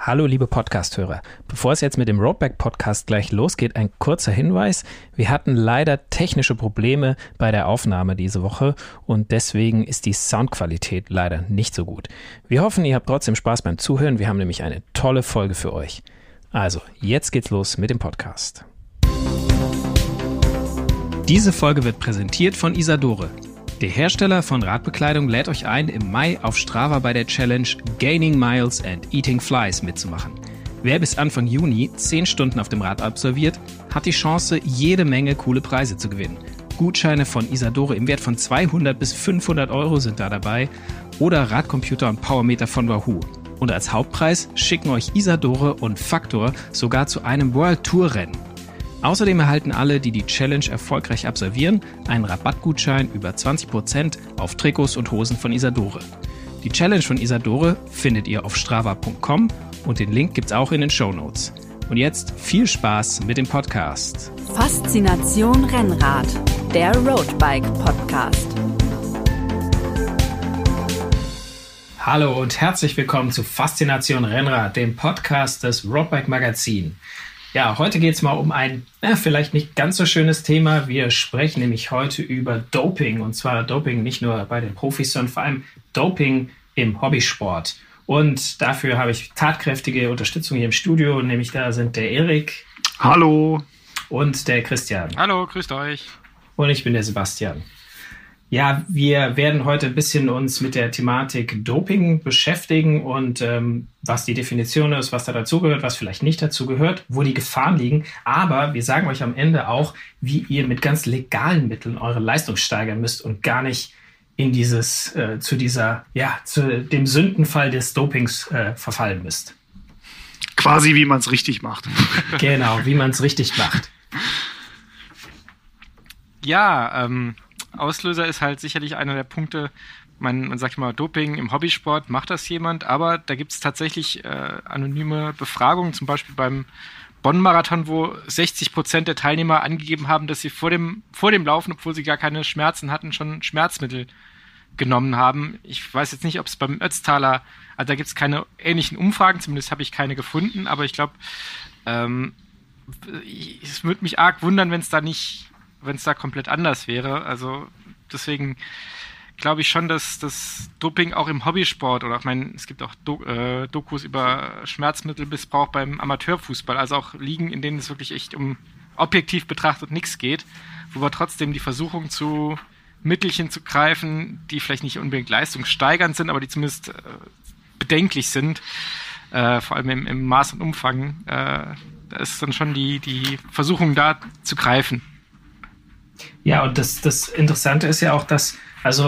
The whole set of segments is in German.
Hallo liebe Podcast-Hörer. Bevor es jetzt mit dem Roadbike-Podcast gleich losgeht, ein kurzer Hinweis. Wir hatten leider technische Probleme bei der Aufnahme diese Woche und deswegen ist die Soundqualität leider nicht so gut. Wir hoffen, ihr habt trotzdem Spaß beim Zuhören. Wir haben nämlich eine tolle Folge für euch. Also, jetzt geht's los mit dem Podcast. Diese Folge wird präsentiert von Isadore. Der Hersteller von Radbekleidung lädt euch ein, im Mai auf Strava bei der Challenge Gaining Miles and Eating Flies mitzumachen. Wer bis Anfang Juni 10 Stunden auf dem Rad absolviert, hat die Chance, jede Menge coole Preise zu gewinnen. Gutscheine von Isadore im Wert von 200 bis 500 Euro sind da dabei oder Radcomputer und Powermeter von Wahoo. Und als Hauptpreis schicken euch Isadore und Factor sogar zu einem World Tour Rennen. Außerdem erhalten alle, die die Challenge erfolgreich absolvieren, einen Rabattgutschein über 20% auf Trikots und Hosen von Isadore. Die Challenge von Isadore findet ihr auf strava.com und den Link gibt's auch in den Shownotes. Und jetzt viel Spaß mit dem Podcast. Faszination Rennrad, der Roadbike Podcast. Hallo und herzlich willkommen zu Faszination Rennrad, dem Podcast des Roadbike Magazin. Ja, heute geht es mal um ein vielleicht nicht ganz so schönes Thema. Wir sprechen nämlich heute über Doping. Und zwar Doping nicht nur bei den Profis, sondern vor allem Doping im Hobbysport. Und dafür habe ich tatkräftige Unterstützung hier im Studio. Nämlich da sind der Erik. Hallo. Und der Christian. Hallo, grüßt euch. Und ich bin der Sebastian. Ja, wir werden heute ein bisschen uns mit der Thematik Doping beschäftigen und was die Definition ist, was da dazugehört, was vielleicht nicht dazugehört, wo die Gefahren liegen. Aber wir sagen euch am Ende auch, wie ihr mit ganz legalen Mitteln eure Leistung steigern müsst und gar nicht in zu dem Sündenfall des Dopings verfallen müsst. Quasi wie man es richtig macht. Genau, wie man es richtig macht. Ja, Auslöser ist halt sicherlich einer der Punkte, man sagt mal, Doping im Hobbysport, macht das jemand, aber da gibt es tatsächlich anonyme Befragungen, zum Beispiel beim Bonn-Marathon, wo 60% der Teilnehmer angegeben haben, dass sie vor dem Laufen, obwohl sie gar keine Schmerzen hatten, schon Schmerzmittel genommen haben. Ich weiß jetzt nicht, ob es beim Ötztaler, also da gibt es keine ähnlichen Umfragen, zumindest habe ich keine gefunden, aber ich glaube, es würde mich arg wundern, wenn es da komplett anders wäre. Also deswegen glaube ich schon, dass das Doping auch im Hobbysport oder ich meine, es gibt auch Dokus über Schmerzmittelmissbrauch beim Amateurfußball, also auch Ligen, in denen es wirklich echt um objektiv betrachtet nichts geht, wo aber trotzdem die Versuchung zu Mittelchen zu greifen, die vielleicht nicht unbedingt leistungssteigernd sind, aber die zumindest bedenklich sind, vor allem im Maß und Umfang, da ist dann schon die Versuchung da zu greifen. Ja, und das Interessante ist ja auch, dass,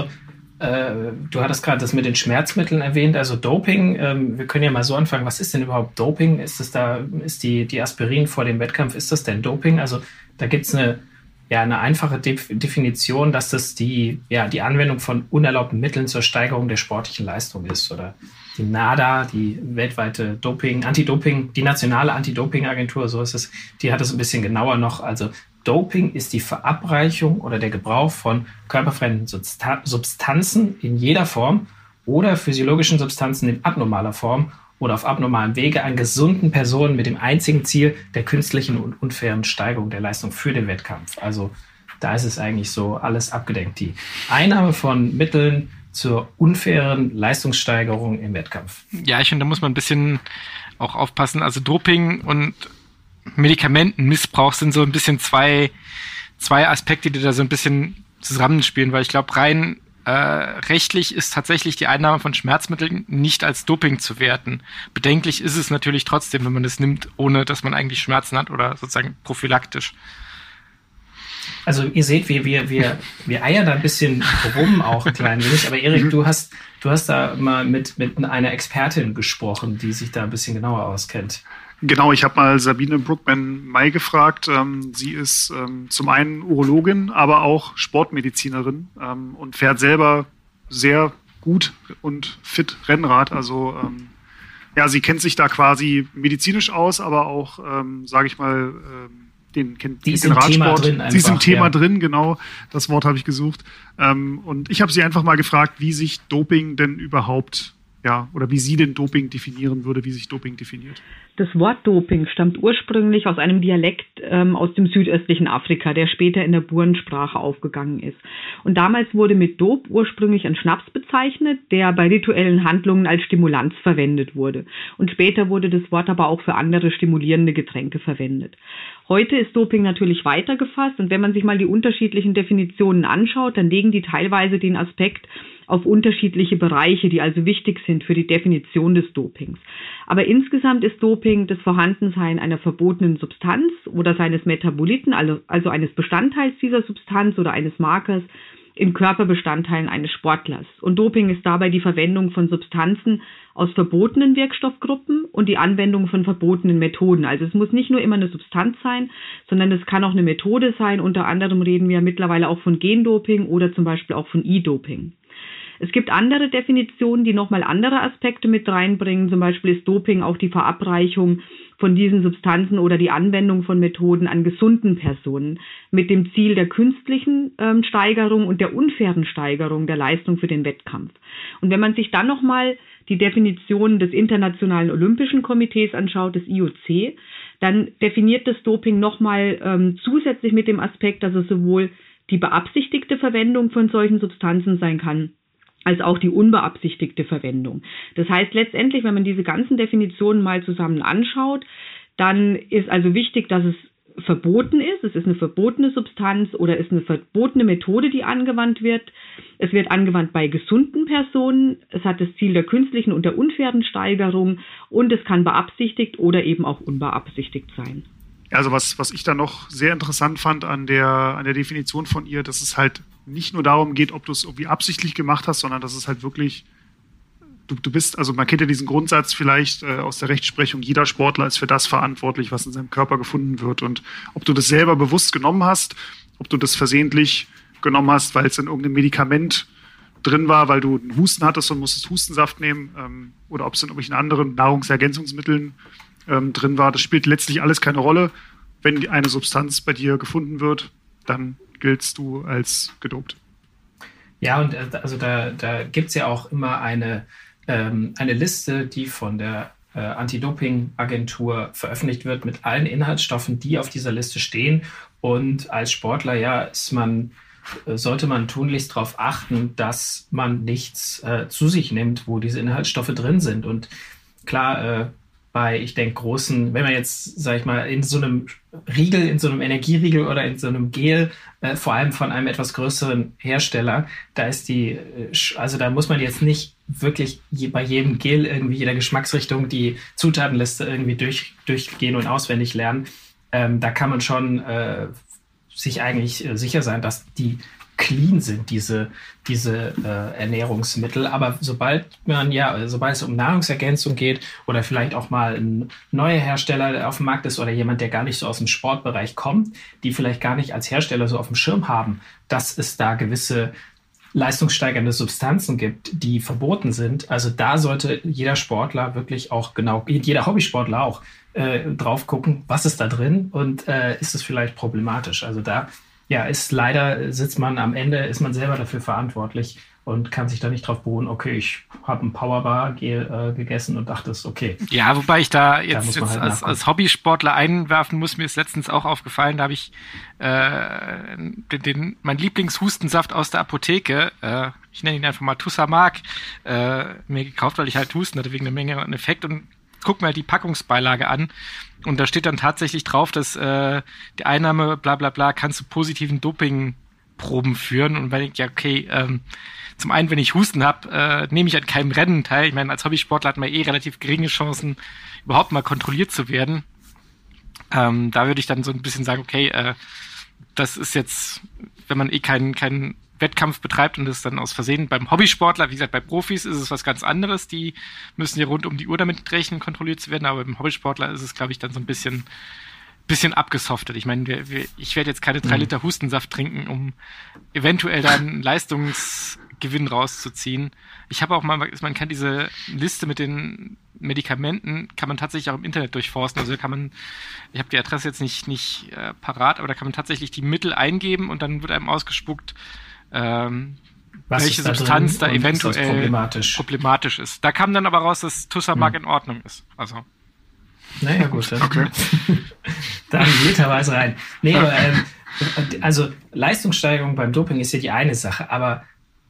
du hattest gerade das mit den Schmerzmitteln erwähnt, also Doping, wir können ja mal so anfangen, was ist denn überhaupt Doping? Ist die Aspirin vor dem Wettkampf, ist das denn Doping? Also da gibt es eine einfache Definition, dass das die Anwendung von unerlaubten Mitteln zur Steigerung der sportlichen Leistung ist, oder die NADA, die weltweite die nationale Anti-Doping-Agentur, so ist es, die hat es ein bisschen genauer noch, also Doping ist die Verabreichung oder der Gebrauch von körperfremden Substanzen in jeder Form oder physiologischen Substanzen in abnormaler Form oder auf abnormalem Wege an gesunden Personen mit dem einzigen Ziel der künstlichen und unfairen Steigerung der Leistung für den Wettkampf. Also da ist es eigentlich so alles abgedeckt. Die Einnahme von Mitteln zur unfairen Leistungssteigerung im Wettkampf. Ja, ich finde, da muss man ein bisschen auch aufpassen. Also Doping und Medikamentenmissbrauch sind so ein bisschen zwei Aspekte, die da so ein bisschen zusammenspielen, weil ich glaube, rein rechtlich ist tatsächlich die Einnahme von Schmerzmitteln nicht als Doping zu werten. Bedenklich ist es natürlich trotzdem, wenn man das nimmt, ohne dass man eigentlich Schmerzen hat oder sozusagen prophylaktisch. Also ihr seht, wir eiern da ein bisschen rum auch ein klein wenig, aber Erik, du hast da mal mit einer Expertin gesprochen, die sich da ein bisschen genauer auskennt. Genau, ich habe mal Sabine Bruckmann-May gefragt. Sie ist zum einen Urologin, aber auch Sportmedizinerin und fährt selber sehr gut und fit Rennrad. Also sie kennt sich da quasi medizinisch aus, aber auch, sage ich mal, den Radsport. Sie ist im Thema drin, genau, das Wort habe ich gesucht. Und ich habe sie einfach mal gefragt, wie sich Doping denn überhaupt oder wie sie den Doping definieren würde, wie sich Doping definiert. Das Wort Doping stammt ursprünglich aus einem Dialekt aus dem südöstlichen Afrika, der später in der Burensprache aufgegangen ist. Und damals wurde mit Dop ursprünglich ein Schnaps bezeichnet, der bei rituellen Handlungen als Stimulanz verwendet wurde. Und später wurde das Wort aber auch für andere stimulierende Getränke verwendet. Heute ist Doping natürlich weiter gefasst und wenn man sich mal die unterschiedlichen Definitionen anschaut, dann legen die teilweise den Aspekt auf unterschiedliche Bereiche, die also wichtig sind für die Definition des Dopings. Aber insgesamt ist Doping das Vorhandensein einer verbotenen Substanz oder seines Metaboliten, also eines Bestandteils dieser Substanz oder eines Markers in Körperbestandteilen eines Sportlers. Und Doping ist dabei die Verwendung von Substanzen aus verbotenen Wirkstoffgruppen und die Anwendung von verbotenen Methoden. Also es muss nicht nur immer eine Substanz sein, sondern es kann auch eine Methode sein. Unter anderem reden wir mittlerweile auch von Gendoping oder zum Beispiel auch von E-Doping. Es gibt andere Definitionen, die nochmal andere Aspekte mit reinbringen. Zum Beispiel ist Doping auch die Verabreichung von diesen Substanzen oder die Anwendung von Methoden an gesunden Personen mit dem Ziel der künstlichen Steigerung und der unfairen Steigerung der Leistung für den Wettkampf. Und wenn man sich dann nochmal die Definition des Internationalen Olympischen Komitees anschaut, des IOC, dann definiert das Doping nochmal zusätzlich mit dem Aspekt, dass es sowohl die beabsichtigte Verwendung von solchen Substanzen sein kann, als auch die unbeabsichtigte Verwendung. Das heißt letztendlich, wenn man diese ganzen Definitionen mal zusammen anschaut, dann ist also wichtig, dass es verboten ist. Es ist eine verbotene Substanz oder ist eine verbotene Methode, die angewandt wird. Es wird angewandt bei gesunden Personen. Es hat das Ziel der künstlichen und der unfairen Steigerung und es kann beabsichtigt oder eben auch unbeabsichtigt sein. Also was ich da noch sehr interessant fand an der Definition von ihr, dass es halt nicht nur darum geht, ob du es irgendwie absichtlich gemacht hast, sondern dass es halt wirklich, du bist, also man kennt ja diesen Grundsatz vielleicht aus der Rechtsprechung, jeder Sportler ist für das verantwortlich, was in seinem Körper gefunden wird. Und ob du das selber bewusst genommen hast, ob du das versehentlich genommen hast, weil es in irgendeinem Medikament drin war, weil du einen Husten hattest und musstest Hustensaft nehmen, oder ob es in irgendwelchen anderen Nahrungsergänzungsmitteln drin war, das spielt letztlich alles keine Rolle. Wenn eine Substanz bei dir gefunden wird, dann giltst du als gedopt. Ja, und also da gibt es ja auch immer eine Liste, die von der Anti-Doping-Agentur veröffentlicht wird mit allen Inhaltsstoffen, die auf dieser Liste stehen. Und als Sportler sollte man tunlichst darauf achten, dass man nichts zu sich nimmt, wo diese Inhaltsstoffe drin sind. Und klar, bei, ich denke, großen, wenn man jetzt, sag ich mal, in so einem Riegel, in so einem Energieriegel oder in so einem Gel, vor allem von einem etwas größeren Hersteller, da ist da muss man jetzt nicht wirklich bei jedem Gel irgendwie jeder Geschmacksrichtung die Zutatenliste irgendwie durchgehen und auswendig lernen. Da kann man schon sich eigentlich sicher sein, dass die clean sind, diese Ernährungsmittel. Aber sobald es um Nahrungsergänzung geht oder vielleicht auch mal ein neuer Hersteller, der auf dem Markt ist oder jemand, der gar nicht so aus dem Sportbereich kommt, die vielleicht gar nicht als Hersteller so auf dem Schirm haben, dass es da gewisse leistungssteigernde Substanzen gibt, die verboten sind. Also da sollte jeder Sportler wirklich auch jeder Hobbysportler auch drauf gucken, was ist da drin und ist es vielleicht problematisch. Also da ist man am Ende, ist man selber dafür verantwortlich und kann sich da nicht drauf beruhen, okay, ich habe ein Powerbar gegessen und dachte, es ist okay. Ja, wobei ich da jetzt als Hobbysportler einwerfen muss, mir ist letztens auch aufgefallen, da habe ich mein Lieblingshustensaft aus der Apotheke, ich nenne ihn einfach mal Tussamark, mir gekauft, weil ich halt Husten hatte wegen einem längeren Effekt und guck mal die Packungsbeilage an und da steht dann tatsächlich drauf, dass die Einnahme bla bla bla kann zu positiven Dopingproben führen und weil ich zum einen, wenn ich Husten habe, nehme ich an keinem Rennen teil. Ich meine, als Hobbysportler hat man relativ geringe Chancen, überhaupt mal kontrolliert zu werden. Da würde ich dann so ein bisschen sagen, okay, das ist jetzt, wenn man keinen Wettkampf betreibt und das dann aus Versehen beim Hobbysportler, wie gesagt, bei Profis ist es was ganz anderes, die müssen ja rund um die Uhr damit rechnen, kontrolliert zu werden, aber beim Hobbysportler ist es, glaube ich, dann so ein bisschen abgesoftet. Ich meine, ich werde jetzt keine 3 Liter Hustensaft trinken, um eventuell dann einen Leistungsgewinn rauszuziehen. Ich habe auch mal, man kann diese Liste mit den Medikamenten, kann man tatsächlich auch im Internet durchforsten. Also ich habe die Adresse jetzt nicht parat, aber da kann man tatsächlich die Mittel eingeben und dann wird einem ausgespuckt, welche Substanz da eventuell problematisch ist. Da kam dann aber raus, dass Tusamark in Ordnung ist. Also. Naja, gut. Okay. Da literweise rein. Nee, aber also Leistungssteigerung beim Doping ist ja die eine Sache, aber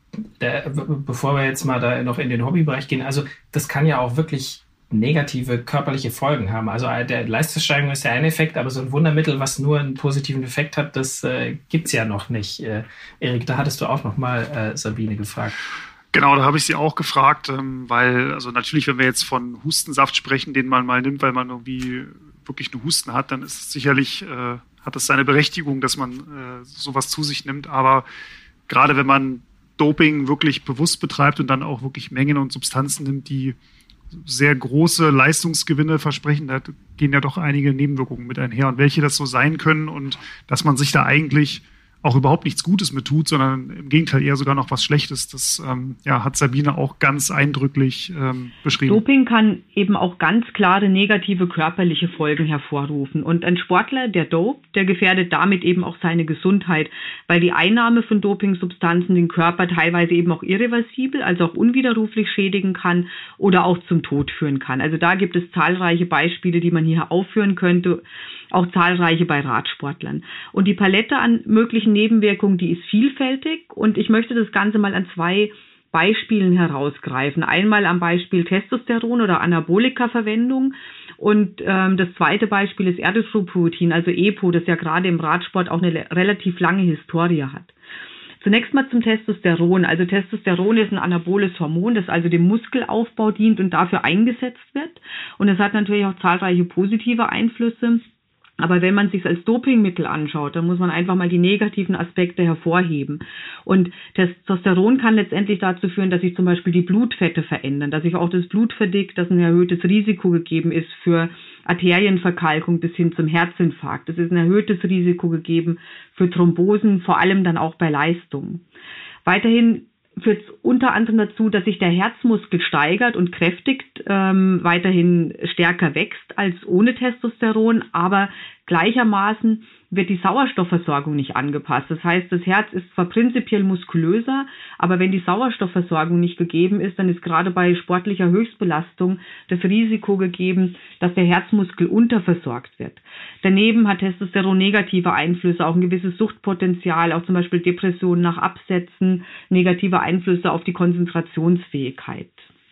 bevor wir jetzt mal da noch in den Hobbybereich gehen, also das kann ja auch wirklich negative körperliche Folgen haben. Also der Leistungssteigerung ist der eine Effekt, aber so ein Wundermittel, was nur einen positiven Effekt hat, das gibt's ja noch nicht. Erik, da hattest du auch noch mal Sabine gefragt. Genau, da habe ich sie auch gefragt, weil, also natürlich, wenn wir jetzt von Hustensaft sprechen, den man mal nimmt, weil man irgendwie wirklich einen Husten hat, dann ist es sicherlich, hat es seine Berechtigung, dass man sowas zu sich nimmt. Aber gerade wenn man Doping wirklich bewusst betreibt und dann auch wirklich Mengen und Substanzen nimmt, die sehr große Leistungsgewinne versprechen, da gehen ja doch einige Nebenwirkungen mit einher. Und welche das so sein können und dass man sich da eigentlich auch überhaupt nichts Gutes mit tut, sondern im Gegenteil eher sogar noch was Schlechtes. Das hat Sabine auch ganz eindrücklich beschrieben. Doping kann eben auch ganz klare negative körperliche Folgen hervorrufen. Und ein Sportler, der dopt, der gefährdet damit eben auch seine Gesundheit, weil die Einnahme von Dopingsubstanzen den Körper teilweise eben auch irreversibel, also auch unwiderruflich schädigen kann oder auch zum Tod führen kann. Also da gibt es zahlreiche Beispiele, die man hier aufführen könnte, auch zahlreiche bei Radsportlern. Und die Palette an möglichen Nebenwirkungen, die ist vielfältig und ich möchte das Ganze mal an 2 Beispielen herausgreifen. Einmal am Beispiel Testosteron oder Anabolika-Verwendung und das zweite Beispiel ist Erythropoietin, also EPO, das ja gerade im Radsport auch eine relativ lange Historie hat. Zunächst mal zum Testosteron. Also Testosteron ist ein anaboles Hormon, das also dem Muskelaufbau dient und dafür eingesetzt wird. Und es hat natürlich auch zahlreiche positive Einflüsse. Aber wenn man es sich als Dopingmittel anschaut, dann muss man einfach mal die negativen Aspekte hervorheben. Und Testosteron kann letztendlich dazu führen, dass sich zum Beispiel die Blutfette verändern, dass sich auch das Blut verdickt, dass ein erhöhtes Risiko gegeben ist für Arterienverkalkung bis hin zum Herzinfarkt. Es ist ein erhöhtes Risiko gegeben für Thrombosen, vor allem dann auch bei Leistung. Weiterhin führt es unter anderem dazu, dass sich der Herzmuskel steigert und kräftigt, weiterhin stärker wächst als ohne Testosteron, aber gleichermaßen wird die Sauerstoffversorgung nicht angepasst. Das heißt, das Herz ist zwar prinzipiell muskulöser, aber wenn die Sauerstoffversorgung nicht gegeben ist, dann ist gerade bei sportlicher Höchstbelastung das Risiko gegeben, dass der Herzmuskel unterversorgt wird. Daneben hat Testosteron negative Einflüsse, auch ein gewisses Suchtpotenzial, auch zum Beispiel Depressionen nach Absätzen, negative Einflüsse auf die Konzentrationsfähigkeit.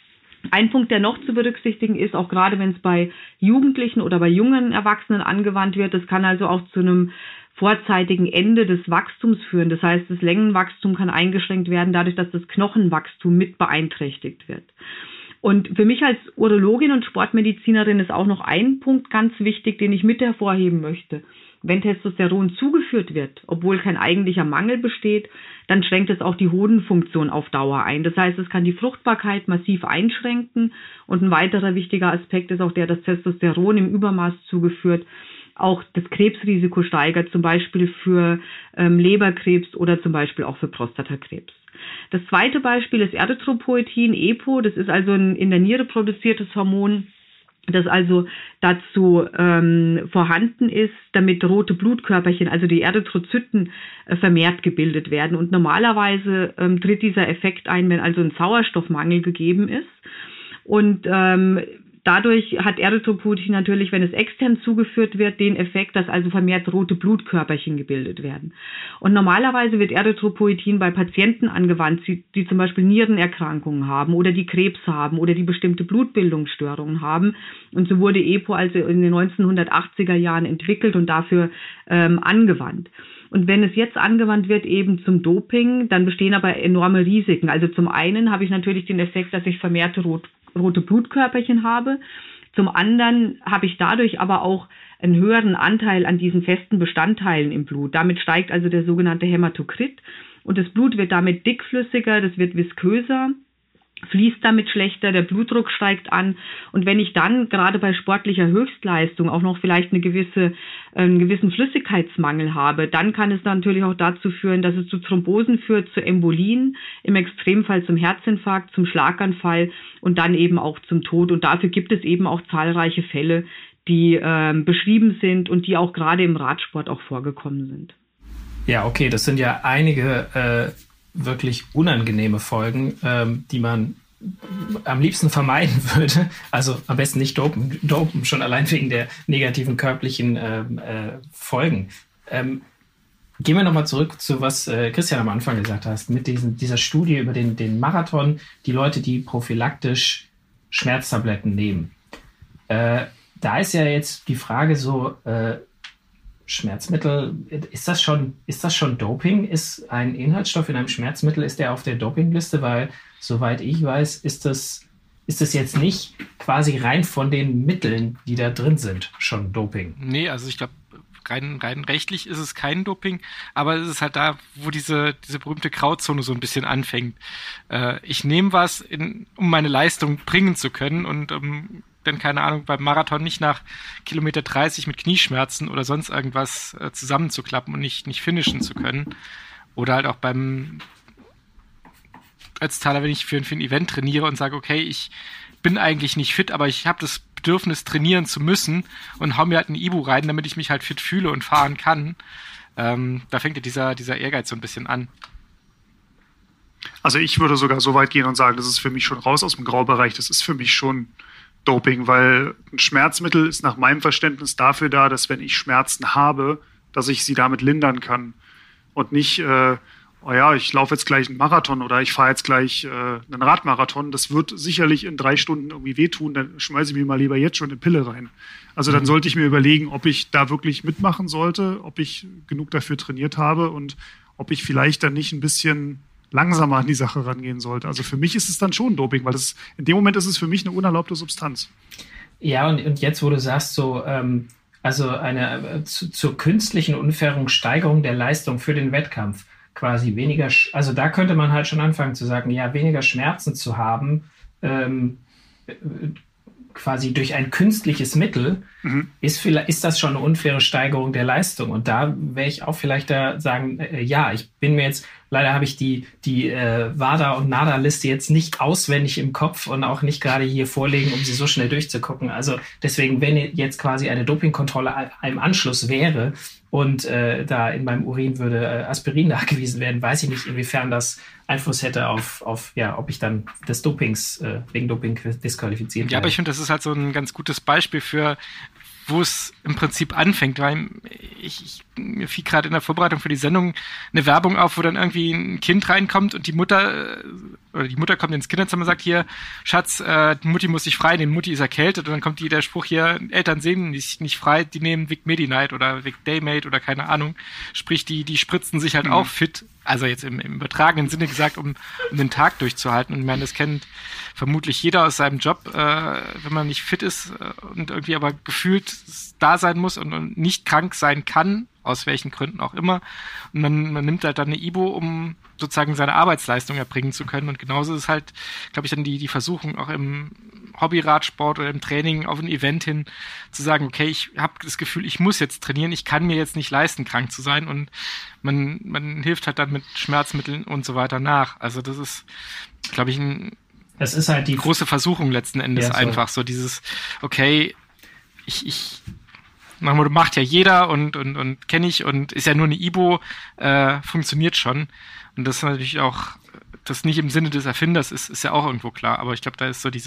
Ein Punkt, der noch zu berücksichtigen ist, auch gerade wenn es bei Jugendlichen oder bei jungen Erwachsenen angewandt wird, das kann also auch zu einem vorzeitigen Ende des Wachstums führen. Das heißt, das Längenwachstum kann eingeschränkt werden, dadurch, dass das Knochenwachstum mit beeinträchtigt wird. Und für mich als Urologin und Sportmedizinerin ist auch noch ein Punkt ganz wichtig, den ich mit hervorheben möchte. Wenn Testosteron zugeführt wird, obwohl kein eigentlicher Mangel besteht, dann schränkt es auch die Hodenfunktion auf Dauer ein. Das heißt, es kann die Fruchtbarkeit massiv einschränken. Und ein weiterer wichtiger Aspekt ist auch der, dass Testosteron im Übermaß zugeführt auch das Krebsrisiko steigert, zum Beispiel für Leberkrebs oder zum Beispiel auch für Prostatakrebs. Das zweite Beispiel ist Erythropoietin, EPO. Das ist also ein in der Niere produziertes Hormon, das also dazu vorhanden ist, damit rote Blutkörperchen, also die Erythrozyten, vermehrt gebildet werden. Und normalerweise tritt dieser Effekt ein, wenn also ein Sauerstoffmangel gegeben ist. Und dadurch hat Erythropoietin natürlich, wenn es extern zugeführt wird, den Effekt, dass also vermehrt rote Blutkörperchen gebildet werden. Und normalerweise wird Erythropoietin bei Patienten angewandt, die zum Beispiel Nierenerkrankungen haben oder die Krebs haben oder die bestimmte Blutbildungsstörungen haben. Und so wurde EPO also in den 1980er Jahren entwickelt und dafür angewandt. Und wenn es jetzt angewandt wird eben zum Doping, dann bestehen aber enorme Risiken. Also zum einen habe ich natürlich den Effekt, dass ich vermehrte rote Blutkörperchen habe. Zum anderen habe ich dadurch aber auch einen höheren Anteil an diesen festen Bestandteilen im Blut. Damit steigt also der sogenannte Hämatokrit und das Blut wird damit dickflüssiger, das wird visköser, fließt damit schlechter, der Blutdruck steigt an. Und wenn ich dann gerade bei sportlicher Höchstleistung auch noch vielleicht einen gewissen Flüssigkeitsmangel habe, dann kann es natürlich auch dazu führen, dass es zu Thrombosen führt, zu Embolien, im Extremfall zum Herzinfarkt, zum Schlaganfall und dann eben auch zum Tod. Und dafür gibt es eben auch zahlreiche Fälle, die beschrieben sind und die auch gerade im Radsport auch vorgekommen sind. Ja, okay, das sind ja einige wirklich unangenehme Folgen, die man am liebsten vermeiden würde. Also am besten nicht dopen, schon allein wegen der negativen körperlichen Folgen. Gehen wir nochmal zurück zu was Christian am Anfang gesagt hast, mit dieser Studie über den Marathon, die Leute, die prophylaktisch Schmerztabletten nehmen. Da ist ja jetzt die Frage so, Schmerzmittel, ist das schon Doping? Ist ein Inhaltsstoff in einem Schmerzmittel, ist der auf der Dopingliste? Weil, soweit ich weiß, ist das jetzt nicht quasi rein von den Mitteln, die da drin sind, schon Doping. Nee, also ich glaube, rein rechtlich ist es kein Doping, aber es ist halt da, wo diese berühmte Grauzone so ein bisschen anfängt. Ich nehme was, um meine Leistung bringen zu können und dann, keine Ahnung, beim Marathon nicht nach Kilometer 30 mit Knieschmerzen oder sonst irgendwas zusammenzuklappen und nicht finishen zu können. Oder halt auch beim Ötztaler, wenn ich für ein Event trainiere und sage, okay, ich bin eigentlich nicht fit, aber ich habe das Bedürfnis, trainieren zu müssen und hau mir halt ein Ibu rein, damit ich mich halt fit fühle und fahren kann. Da fängt ja dieser Ehrgeiz so ein bisschen an. Also ich würde sogar so weit gehen und sagen, das ist für mich schon raus aus dem Graubereich. Das ist für mich schon Doping, weil ein Schmerzmittel ist nach meinem Verständnis dafür da, dass wenn ich Schmerzen habe, dass ich sie damit lindern kann. Und nicht, oh ja, ich laufe jetzt gleich einen Marathon oder ich fahre jetzt gleich einen Radmarathon. Das wird sicherlich in 3 Stunden irgendwie wehtun. Dann schmeiße ich mir mal lieber jetzt schon eine Pille rein. Also dann sollte ich mir überlegen, ob ich da wirklich mitmachen sollte, ob ich genug dafür trainiert habe und ob ich vielleicht dann nicht ein bisschen langsamer an die Sache rangehen sollte. Also für mich ist es dann schon Doping, weil in dem Moment ist es für mich eine unerlaubte Substanz. Ja, und jetzt, wo du sagst, so, also eine zur künstlichen Unfährungssteigerung der Leistung für den Wettkampf, quasi weniger, also da könnte man halt schon anfangen zu sagen, ja, weniger Schmerzen zu haben, quasi durch ein künstliches Mittel, ist das schon eine unfaire Steigerung der Leistung. Und da wäre ich auch vielleicht da sagen, ja, ich bin mir jetzt, leider habe ich die WADA- und NADA-Liste jetzt nicht auswendig im Kopf und auch nicht gerade hier vorlegen, um sie so schnell durchzugucken. Also deswegen, wenn jetzt quasi eine Dopingkontrolle im Anschluss wäre und da in meinem Urin würde Aspirin nachgewiesen werden, weiß ich nicht, inwiefern das Einfluss hätte auf ob ich dann des Dopings wegen Doping disqualifiziert werde. Ja, aber ich finde, das ist halt so ein ganz gutes Beispiel für, wo es im Prinzip anfängt, weil mir fiel gerade in der Vorbereitung für die Sendung eine Werbung auf, wo dann irgendwie ein Kind reinkommt und die Mutter kommt ins Kinderzimmer und sagt, hier, Schatz, die Mutti muss sich frei nehmen, Mutti ist erkältet, und dann kommt der Spruch hier, Eltern sehen sich nicht frei, die nehmen Vic Medi-Night oder Vic Daymate oder keine Ahnung, sprich, die spritzen sich halt auch fit, also jetzt im übertragenen Sinne gesagt, um den Tag durchzuhalten. Und ich meine, das kennt vermutlich jeder aus seinem Job, wenn man nicht fit ist und irgendwie aber gefühlt da sein muss und nicht krank sein kann, aus welchen Gründen auch immer. Und man nimmt halt dann eine Ibo, um sozusagen seine Arbeitsleistung erbringen zu können. Und genauso ist halt, glaube ich, dann die Versuchung auch im Hobbyradsport oder im Training auf ein Event hin zu sagen, okay, ich habe das Gefühl, ich muss jetzt trainieren, ich kann mir jetzt nicht leisten, krank zu sein, und man hilft halt dann mit Schmerzmitteln und so weiter nach. Also das ist, glaube ich, das ist halt die große Versuchung letzten Endes, einfach so dieses, okay, ich macht ja jeder und kenne ich und ist ja nur eine Ibo, funktioniert schon. Und das ist natürlich auch, das nicht im Sinne des Erfinders ist ja auch irgendwo klar. Aber ich glaube, da ist so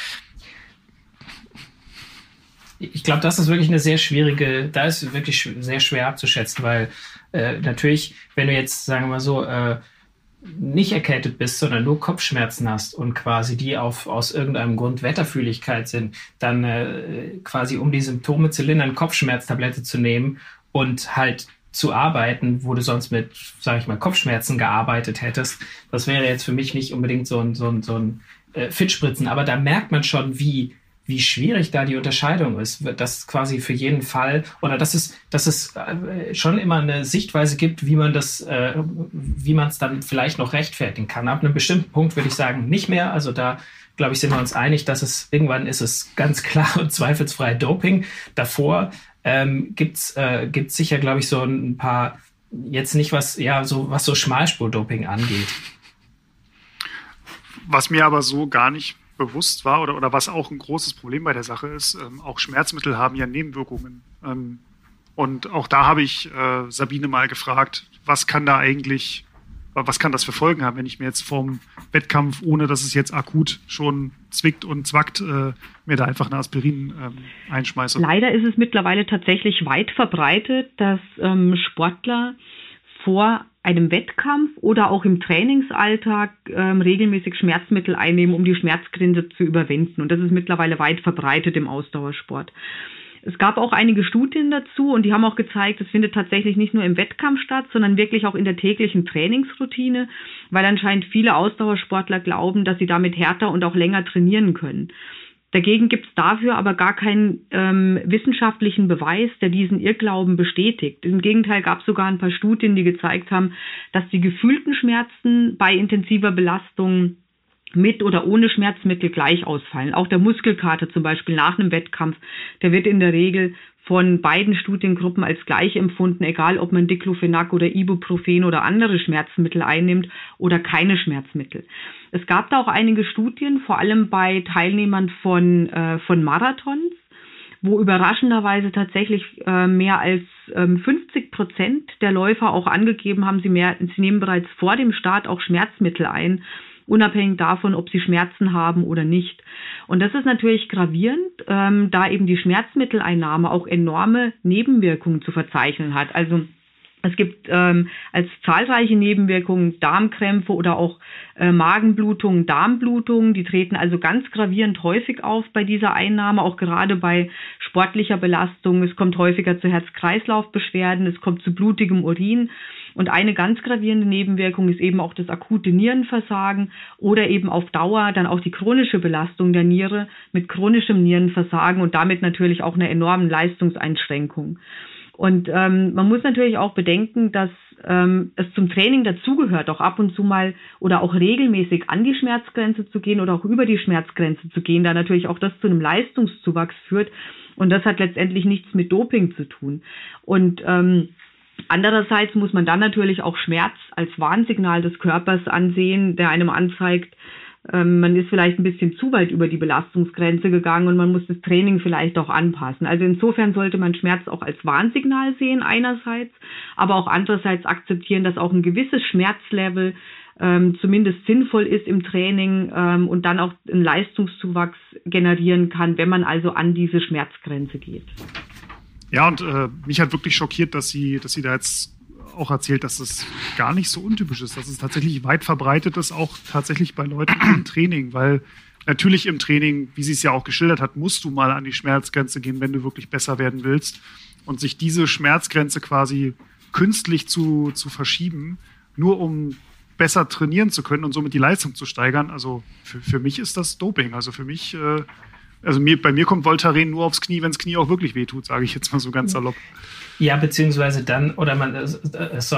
Ich glaube, das ist wirklich da ist wirklich sehr schwer abzuschätzen, weil natürlich, wenn du jetzt, sagen wir mal so, nicht erkältet bist, sondern nur Kopfschmerzen hast und quasi die aus irgendeinem Grund Wetterfühligkeit sind, dann quasi um die Symptome zu lindern, Kopfschmerztablette zu nehmen und halt zu arbeiten, wo du sonst mit, sage ich mal, Kopfschmerzen gearbeitet hättest. Das wäre jetzt für mich nicht unbedingt so ein Fitspritzen, aber da merkt man schon, wie schwierig da die Unterscheidung ist, dass quasi für jeden Fall, oder dass es schon immer eine Sichtweise gibt, wie man es dann vielleicht noch rechtfertigen kann. Ab einem bestimmten Punkt würde ich sagen, nicht mehr. Also da, glaube ich, sind wir uns einig, dass irgendwann ist es ganz klar und zweifelsfrei Doping. Davor gibt's sicher, glaube ich, so ein paar, jetzt nicht was so Schmalspur-Doping angeht. Was mir aber so gar nicht bewusst war oder was auch ein großes Problem bei der Sache ist, auch Schmerzmittel haben ja Nebenwirkungen. Und auch da habe ich Sabine mal gefragt, was kann da eigentlich was kann das für Folgen haben, wenn ich mir jetzt vorm Wettkampf, ohne dass es jetzt akut schon zwickt und zwackt, mir da einfach eine Aspirin einschmeiße? Leider ist es mittlerweile tatsächlich weit verbreitet, dass Sportler vor einem Wettkampf oder auch im Trainingsalltag regelmäßig Schmerzmittel einnehmen, um die Schmerzgrenze zu überwinden. Und das ist mittlerweile weit verbreitet im Ausdauersport. Es gab auch einige Studien dazu und die haben auch gezeigt, es findet tatsächlich nicht nur im Wettkampf statt, sondern wirklich auch in der täglichen Trainingsroutine, weil anscheinend viele Ausdauersportler glauben, dass sie damit härter und auch länger trainieren können. Dagegen gibt es dafür aber gar keinen wissenschaftlichen Beweis, der diesen Irrglauben bestätigt. Im Gegenteil gab es sogar ein paar Studien, die gezeigt haben, dass die gefühlten Schmerzen bei intensiver Belastung mit oder ohne Schmerzmittel gleich ausfallen. Auch der Muskelkater zum Beispiel nach einem Wettkampf, der wird in der Regel von beiden Studiengruppen als gleich empfunden, egal ob man Diclofenac oder Ibuprofen oder andere Schmerzmittel einnimmt oder keine Schmerzmittel. Es gab da auch einige Studien, vor allem bei Teilnehmern von Marathons, wo überraschenderweise tatsächlich mehr als 50% der Läufer auch angegeben haben, sie nehmen bereits vor dem Start auch Schmerzmittel ein, unabhängig davon, ob sie Schmerzen haben oder nicht. Und das ist natürlich gravierend, da eben die Schmerzmitteleinnahme auch enorme Nebenwirkungen zu verzeichnen hat. Also es gibt als zahlreiche Nebenwirkungen Darmkrämpfe oder auch Magenblutungen, Darmblutungen. Die treten also ganz gravierend häufig auf bei dieser Einnahme, auch gerade bei sportlicher Belastung. Es kommt häufiger zu Herz-Kreislauf-Beschwerden, es kommt zu blutigem Urin. Und eine ganz gravierende Nebenwirkung ist eben auch das akute Nierenversagen oder eben auf Dauer dann auch die chronische Belastung der Niere mit chronischem Nierenversagen und damit natürlich auch einer enormen Leistungseinschränkung. Und man muss natürlich auch bedenken, dass es zum Training dazugehört, auch ab und zu mal oder auch regelmäßig an die Schmerzgrenze zu gehen oder auch über die Schmerzgrenze zu gehen, da natürlich auch das zu einem Leistungszuwachs führt. Und das hat letztendlich nichts mit Doping zu tun. Und andererseits muss man dann natürlich auch Schmerz als Warnsignal des Körpers ansehen, der einem anzeigt, man ist vielleicht ein bisschen zu weit über die Belastungsgrenze gegangen und man muss das Training vielleicht auch anpassen. Also insofern sollte man Schmerz auch als Warnsignal sehen einerseits, aber auch andererseits akzeptieren, dass auch ein gewisses Schmerzlevel zumindest sinnvoll ist im Training und dann auch einen Leistungszuwachs generieren kann, wenn man also an diese Schmerzgrenze geht. Ja, und mich hat wirklich schockiert, dass sie da jetzt auch erzählt, dass es gar nicht so untypisch ist, dass es tatsächlich weit verbreitet ist, auch tatsächlich bei Leuten im Training, weil natürlich im Training, wie sie es ja auch geschildert hat, musst du mal an die Schmerzgrenze gehen, wenn du wirklich besser werden willst, und sich diese Schmerzgrenze quasi künstlich zu verschieben, nur um besser trainieren zu können und somit die Leistung zu steigern. Also für mich ist das Doping. Also für mich bei mir kommt Voltaren nur aufs Knie, wenn das Knie auch wirklich wehtut, sage ich jetzt mal so ganz salopp. Ja, beziehungsweise dann, oder es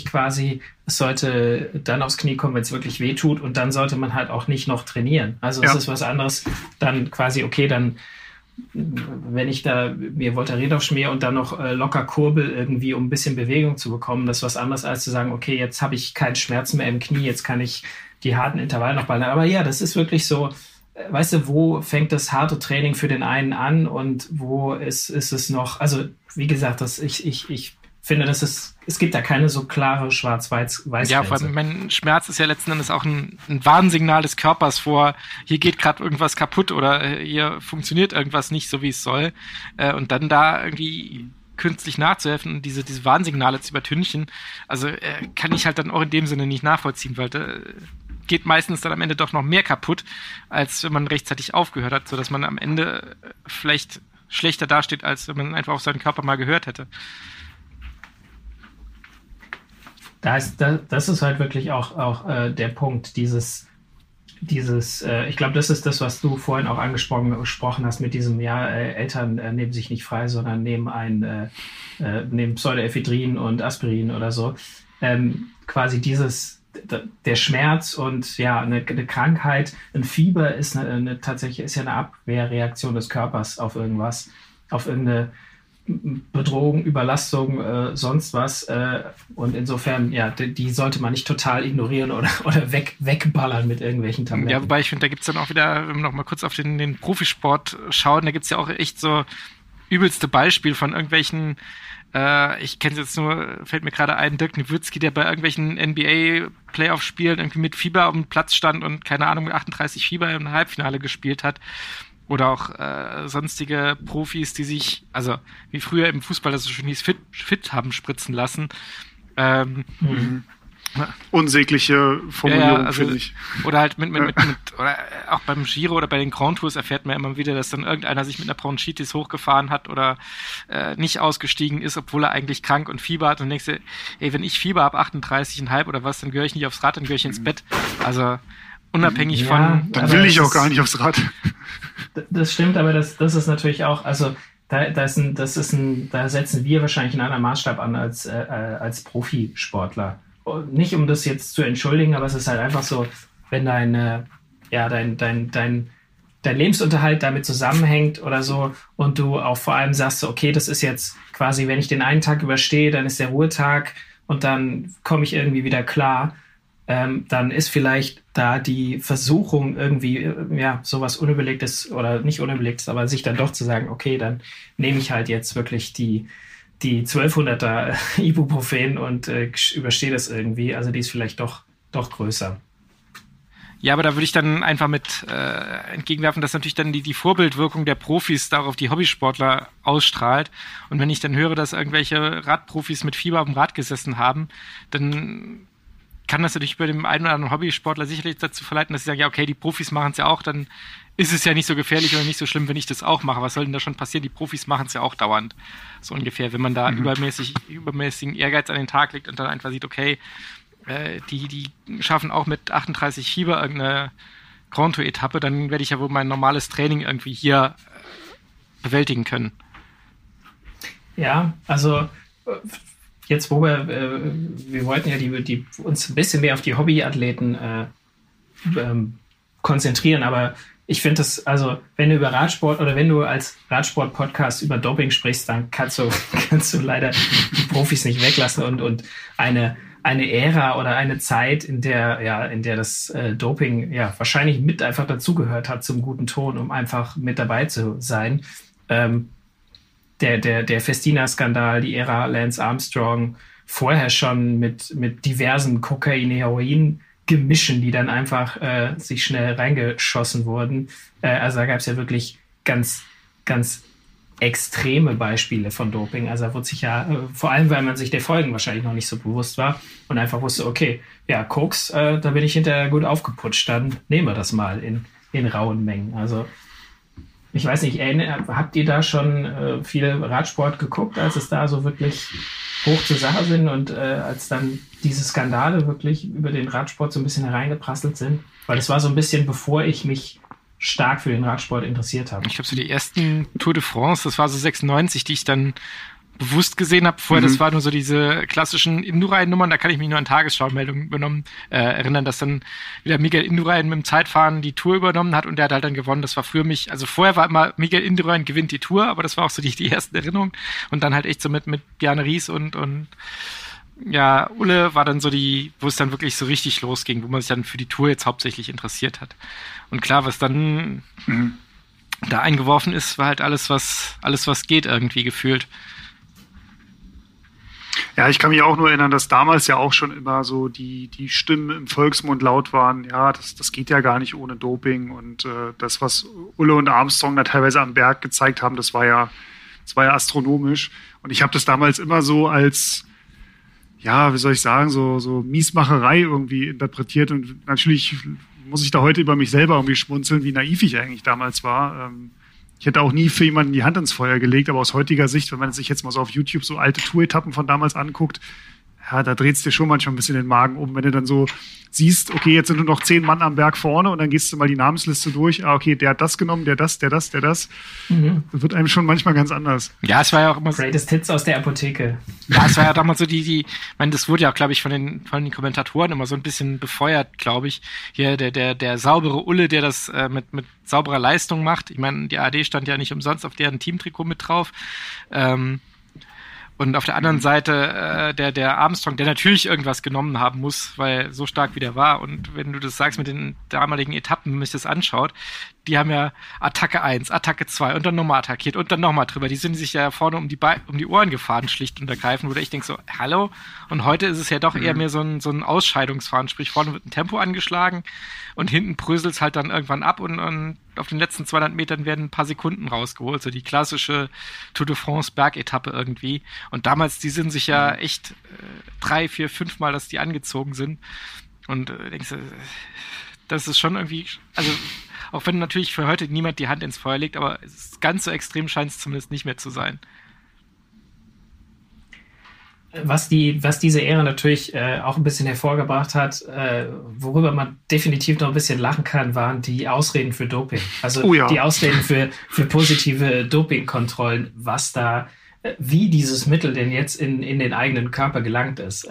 sollte dann aufs Knie kommen, wenn es wirklich wehtut, und dann sollte man halt auch nicht noch trainieren. Also es ist was anderes, dann quasi, okay, dann, wenn ich da mir Voltaren aufschmiere und dann noch locker kurbel irgendwie, um ein bisschen Bewegung zu bekommen, das ist was anderes, als zu sagen, okay, jetzt habe ich keinen Schmerz mehr im Knie, jetzt kann ich die harten Intervalle noch ballern. Aber ja, das ist wirklich so, weißt du, wo fängt das harte Training für den einen an und wo ist es noch, also wie gesagt, ich finde, es gibt da keine so klare Schwarz-Weiß-Grenze. Ja, vor allem, mein Schmerz ist ja letzten Endes auch ein Warnsignal des Körpers vor, hier geht gerade irgendwas kaputt oder hier funktioniert irgendwas nicht so, wie es soll. Und dann da irgendwie künstlich nachzuhelfen und diese Warnsignale zu übertünchen, also kann ich halt dann auch in dem Sinne nicht nachvollziehen, weil geht meistens dann am Ende doch noch mehr kaputt, als wenn man rechtzeitig aufgehört hat, sodass man am Ende vielleicht schlechter dasteht, als wenn man einfach auf seinen Körper mal gehört hätte. Das ist halt wirklich auch der Punkt, dieses ich glaube, das ist das, was du vorhin auch angesprochen hast mit diesem, Eltern nehmen sich nicht frei, sondern nehmen Pseudoephedrin und Aspirin oder so. Quasi der Schmerz und eine Krankheit, ein Fieber ist tatsächlich ja eine Abwehrreaktion des Körpers auf irgendwas, auf irgendeine Bedrohung, Überlastung, sonst was. Und insofern, die sollte man nicht total ignorieren oder wegballern mit irgendwelchen Tabletten. Ja, wobei ich finde, da gibt es dann auch wieder, wenn wir noch mal kurz auf den Profisport schauen, da gibt es ja auch echt so übelste Beispiel von irgendwelchen Ich kenne es jetzt nur, fällt mir gerade ein, Dirk Nowitzki, der bei irgendwelchen NBA-Playoff-Spielen irgendwie mit Fieber auf dem Platz stand und, keine Ahnung, mit 38 Fieber im Halbfinale gespielt hat. Oder auch sonstige Profis, die sich, also wie früher im Fußball, das so schön hieß, fit haben spritzen lassen. Unsägliche Formulierung, also, finde ich. Oder halt mit oder auch beim Giro oder bei den Grand Tours erfährt man immer wieder, dass dann irgendeiner sich mit einer Bronchitis hochgefahren hat oder nicht ausgestiegen ist, obwohl er eigentlich krank und Fieber hat und denkst du, ey, wenn ich Fieber habe, 38,5 oder was, dann gehöre ich nicht aufs Rad, dann gehöre ich ins Bett. Also unabhängig von... Dann will ich auch gar nicht aufs Rad. Das stimmt, aber das ist natürlich auch, also da setzen wir wahrscheinlich einen anderen Maßstab an als Profisportler. Nicht um das jetzt zu entschuldigen, aber es ist halt einfach so, wenn dein Lebensunterhalt damit zusammenhängt oder so und du auch vor allem sagst, so, okay, das ist jetzt quasi, wenn ich den einen Tag überstehe, dann ist der Ruhetag und dann komme ich irgendwie wieder klar, dann ist vielleicht da die Versuchung irgendwie, sowas Unüberlegtes oder nicht Unüberlegtes, aber sich dann doch zu sagen, okay, dann nehme ich halt jetzt wirklich die 1200er Ibuprofen und überstehe das irgendwie. Also die ist vielleicht doch größer. Ja, aber da würde ich dann einfach mit entgegenwerfen, dass natürlich dann die Vorbildwirkung der Profis darauf die Hobbysportler ausstrahlt. Und wenn ich dann höre, dass irgendwelche Radprofis mit Fieber auf dem Rad gesessen haben, dann kann das natürlich bei dem einen oder anderen Hobbysportler sicherlich dazu verleiten, dass sie sagen, ja, okay, die Profis machen es ja auch, dann ist es ja nicht so gefährlich oder nicht so schlimm, wenn ich das auch mache. Was soll denn da schon passieren? Die Profis machen es ja auch dauernd. So ungefähr, wenn man da übermäßigen Ehrgeiz an den Tag legt und dann einfach sieht, okay, die schaffen auch mit 38 Fieber irgendeine Grand Tour-Etappe, dann werde ich ja wohl mein normales Training irgendwie hier bewältigen können. Ja, also jetzt, wo wir wollten ja die uns ein bisschen mehr auf die Hobbyathleten konzentrieren, aber ich finde das, also wenn du über Radsport oder wenn du als Radsport-Podcast über Doping sprichst, dann kannst du leider die Profis nicht weglassen und eine Ära oder eine Zeit, in der das Doping wahrscheinlich mit einfach dazugehört hat zum guten Ton, um einfach mit dabei zu sein. Der Festina-Skandal, die Ära Lance Armstrong, vorher schon mit diversen Kokain-Heroin-Gemischen, die dann einfach sich schnell reingeschossen wurden. Also da gab es ja wirklich ganz, ganz extreme Beispiele von Doping. Also da wurde sich vor allem, weil man sich der Folgen wahrscheinlich noch nicht so bewusst war und einfach wusste, okay, ja, Koks, da bin ich hinterher gut aufgeputscht, dann nehmen wir das mal in rauen Mengen. Also ich weiß nicht, habt ihr da schon viel Radsport geguckt, als es da so wirklich hoch zur Sache sind und als dann diese Skandale wirklich über den Radsport so ein bisschen hereingeprasselt sind? Weil das war so ein bisschen, bevor ich mich stark für den Radsport interessiert habe. Ich glaube, so die ersten Tour de France, das war so 96, die ich dann bewusst gesehen habe. Vorher, das war nur so diese klassischen Indurain-Nummern, da kann ich mich nur an Tagesschau-Meldungen erinnern, dass dann wieder Miguel Indurain mit dem Zeitfahren die Tour übernommen hat und der hat halt dann gewonnen. Das war früher vorher war immer Miguel Indurain gewinnt die Tour, aber das war auch so die ersten Erinnerungen. Und dann halt echt so mit Bjarne Ries und ja, Ulle war dann so wo es dann wirklich so richtig losging, wo man sich dann für die Tour jetzt hauptsächlich interessiert hat. Und klar, was dann da eingeworfen ist, war halt alles, was geht irgendwie gefühlt. Ja, ich kann mich auch nur erinnern, dass damals ja auch schon immer so die Stimmen im Volksmund laut waren, ja, das geht ja gar nicht ohne Doping und das, was Ulle und Armstrong da teilweise am Berg gezeigt haben, das war ja astronomisch und ich habe das damals immer so als, ja, wie soll ich sagen, so Miesmacherei irgendwie interpretiert und natürlich muss ich da heute über mich selber irgendwie schmunzeln, wie naiv ich eigentlich damals war. Ich hätte auch nie für jemanden die Hand ins Feuer gelegt, aber aus heutiger Sicht, wenn man sich jetzt mal so auf YouTube so alte Tour-Etappen von damals anguckt, ja, da dreht es dir schon manchmal ein bisschen den Magen um, wenn du dann so siehst, okay, jetzt sind nur noch 10 Mann am Berg vorne und dann gehst du mal die Namensliste durch, okay, der hat das genommen, der das. Das wird einem schon manchmal ganz anders. Ja, es war ja auch immer Greatest Hits aus der Apotheke. Ja, es war ja damals so ich meine, das wurde ja auch, glaube ich, von den Kommentatoren immer so ein bisschen befeuert, glaube ich. Hier der saubere Ulle, der das mit sauberer Leistung macht. Ich meine, die ARD stand ja nicht umsonst auf deren Teamtrikot mit drauf. Und auf der anderen Seite der Armstrong, der natürlich irgendwas genommen haben muss, weil so stark wie der war. Und wenn du das sagst mit den damaligen Etappen, wenn man sich das anschaut, die haben ja Attacke 1, Attacke 2 und dann nochmal attackiert und dann nochmal drüber. Die sind sich ja vorne um die Ohren gefahren, schlicht und ergreifend, wo ich denke so, hallo? Und heute ist es ja doch eher mehr so ein Ausscheidungsfahren, sprich vorne wird ein Tempo angeschlagen und hinten bröselt es halt dann irgendwann ab und auf den letzten 200 Metern werden ein paar Sekunden rausgeholt, so die klassische Tour de France Bergetappe irgendwie. Und damals, die sind sich ja echt 3, 4, 5 Mal, dass die angezogen sind. Und denkst du, das ist schon irgendwie, also auch wenn natürlich für heute niemand die Hand ins Feuer legt, aber ganz so extrem scheint es zumindest nicht mehr zu sein. Was diese Ära natürlich auch ein bisschen hervorgebracht hat, worüber man definitiv noch ein bisschen lachen kann, waren die Ausreden für Doping. Also die Ausreden für positive Dopingkontrollen, wie dieses Mittel denn jetzt in den eigenen Körper gelangt ist.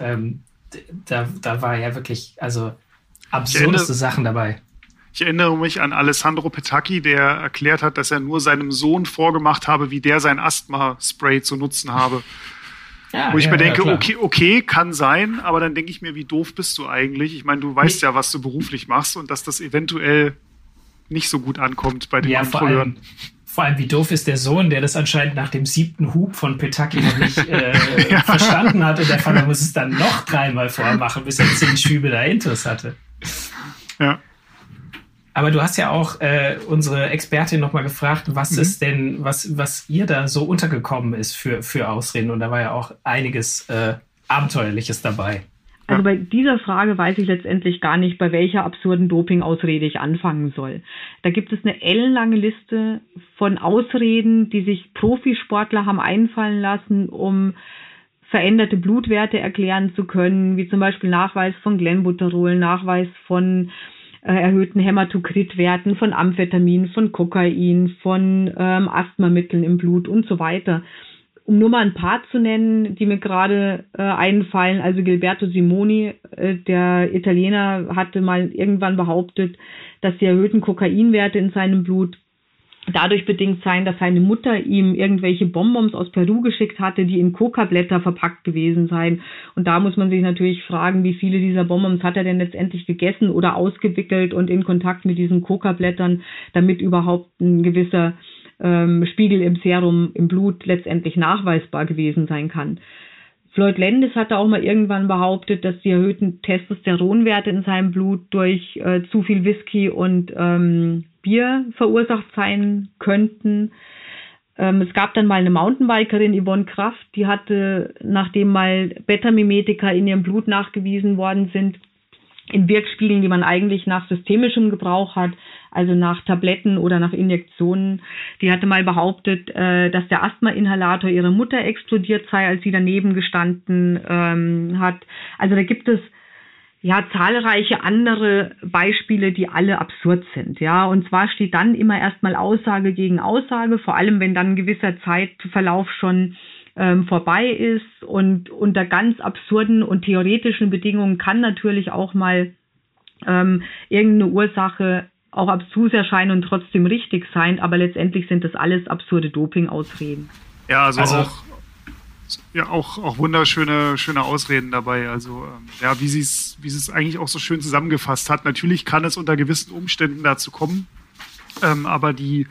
Da war ja wirklich, also absurdeste Sachen dabei. Ich erinnere mich an Alessandro Petacchi, der erklärt hat, dass er nur seinem Sohn vorgemacht habe, wie der sein Asthma-Spray zu nutzen habe. Ja, wo ich mir denke, okay, kann sein, aber dann denke ich mir, wie doof bist du eigentlich? Ich meine, du weißt ja, was du beruflich machst und dass das eventuell nicht so gut ankommt bei den Kontrolleuren. Vor allem, wie doof ist der Sohn, der das anscheinend nach dem 7. Hub von Petacchi noch nicht verstanden hat und der Vater muss es dann noch 3-mal vormachen, bis er 10 Schübe da Intus hatte. Ja. Aber du hast ja auch unsere Expertin nochmal gefragt, was ist denn, was ihr da so untergekommen ist für Ausreden. Und da war ja auch einiges Abenteuerliches dabei. Also bei dieser Frage weiß ich letztendlich gar nicht, bei welcher absurden Dopingausrede ich anfangen soll. Da gibt es eine ellenlange Liste von Ausreden, die sich Profisportler haben einfallen lassen, um veränderte Blutwerte erklären zu können, wie zum Beispiel Nachweis von Glenbuterol, Nachweis von erhöhten Hämatokritwerten, von Amphetamin, von Kokain, von Asthmamitteln im Blut und so weiter. Um nur mal ein paar zu nennen, die mir gerade einfallen, also Gilberto Simoni, der Italiener, hatte mal irgendwann behauptet, dass die erhöhten Kokainwerte in seinem Blut dadurch bedingt seien, dass seine Mutter ihm irgendwelche Bonbons aus Peru geschickt hatte, die in Coca-Blätter verpackt gewesen seien. Und da muss man sich natürlich fragen, wie viele dieser Bonbons hat er denn letztendlich gegessen oder ausgewickelt und in Kontakt mit diesen Coca-Blättern, damit überhaupt ein gewisser Spiegel im Serum, im Blut letztendlich nachweisbar gewesen sein kann. Floyd Landis hatte auch mal irgendwann behauptet, dass die erhöhten Testosteronwerte in seinem Blut durch zu viel Whisky und Bier verursacht sein könnten. Es gab dann mal eine Mountainbikerin, Yvonne Kraft, die hatte, nachdem mal Beta-Mimetika in ihrem Blut nachgewiesen worden sind, in Wirkspiegeln, die man eigentlich nach systemischem Gebrauch hat, also nach Tabletten oder nach Injektionen. Die hatte mal behauptet, dass der Asthma-Inhalator ihrer Mutter explodiert sei, als sie daneben gestanden hat. Also da gibt es ja zahlreiche andere Beispiele, die alle absurd sind. Ja, und zwar steht dann immer erstmal Aussage gegen Aussage, vor allem wenn dann ein gewisser Zeitverlauf schon vorbei ist, und unter ganz absurden und theoretischen Bedingungen kann natürlich auch mal irgendeine Ursache auch abstrus erscheinen und trotzdem richtig sein, aber letztendlich sind das alles absurde Doping-Ausreden. Ja, also auch wunderschöne Ausreden dabei. Also ja, wie sie es eigentlich auch so schön zusammengefasst hat. Natürlich kann es unter gewissen Umständen dazu kommen, aber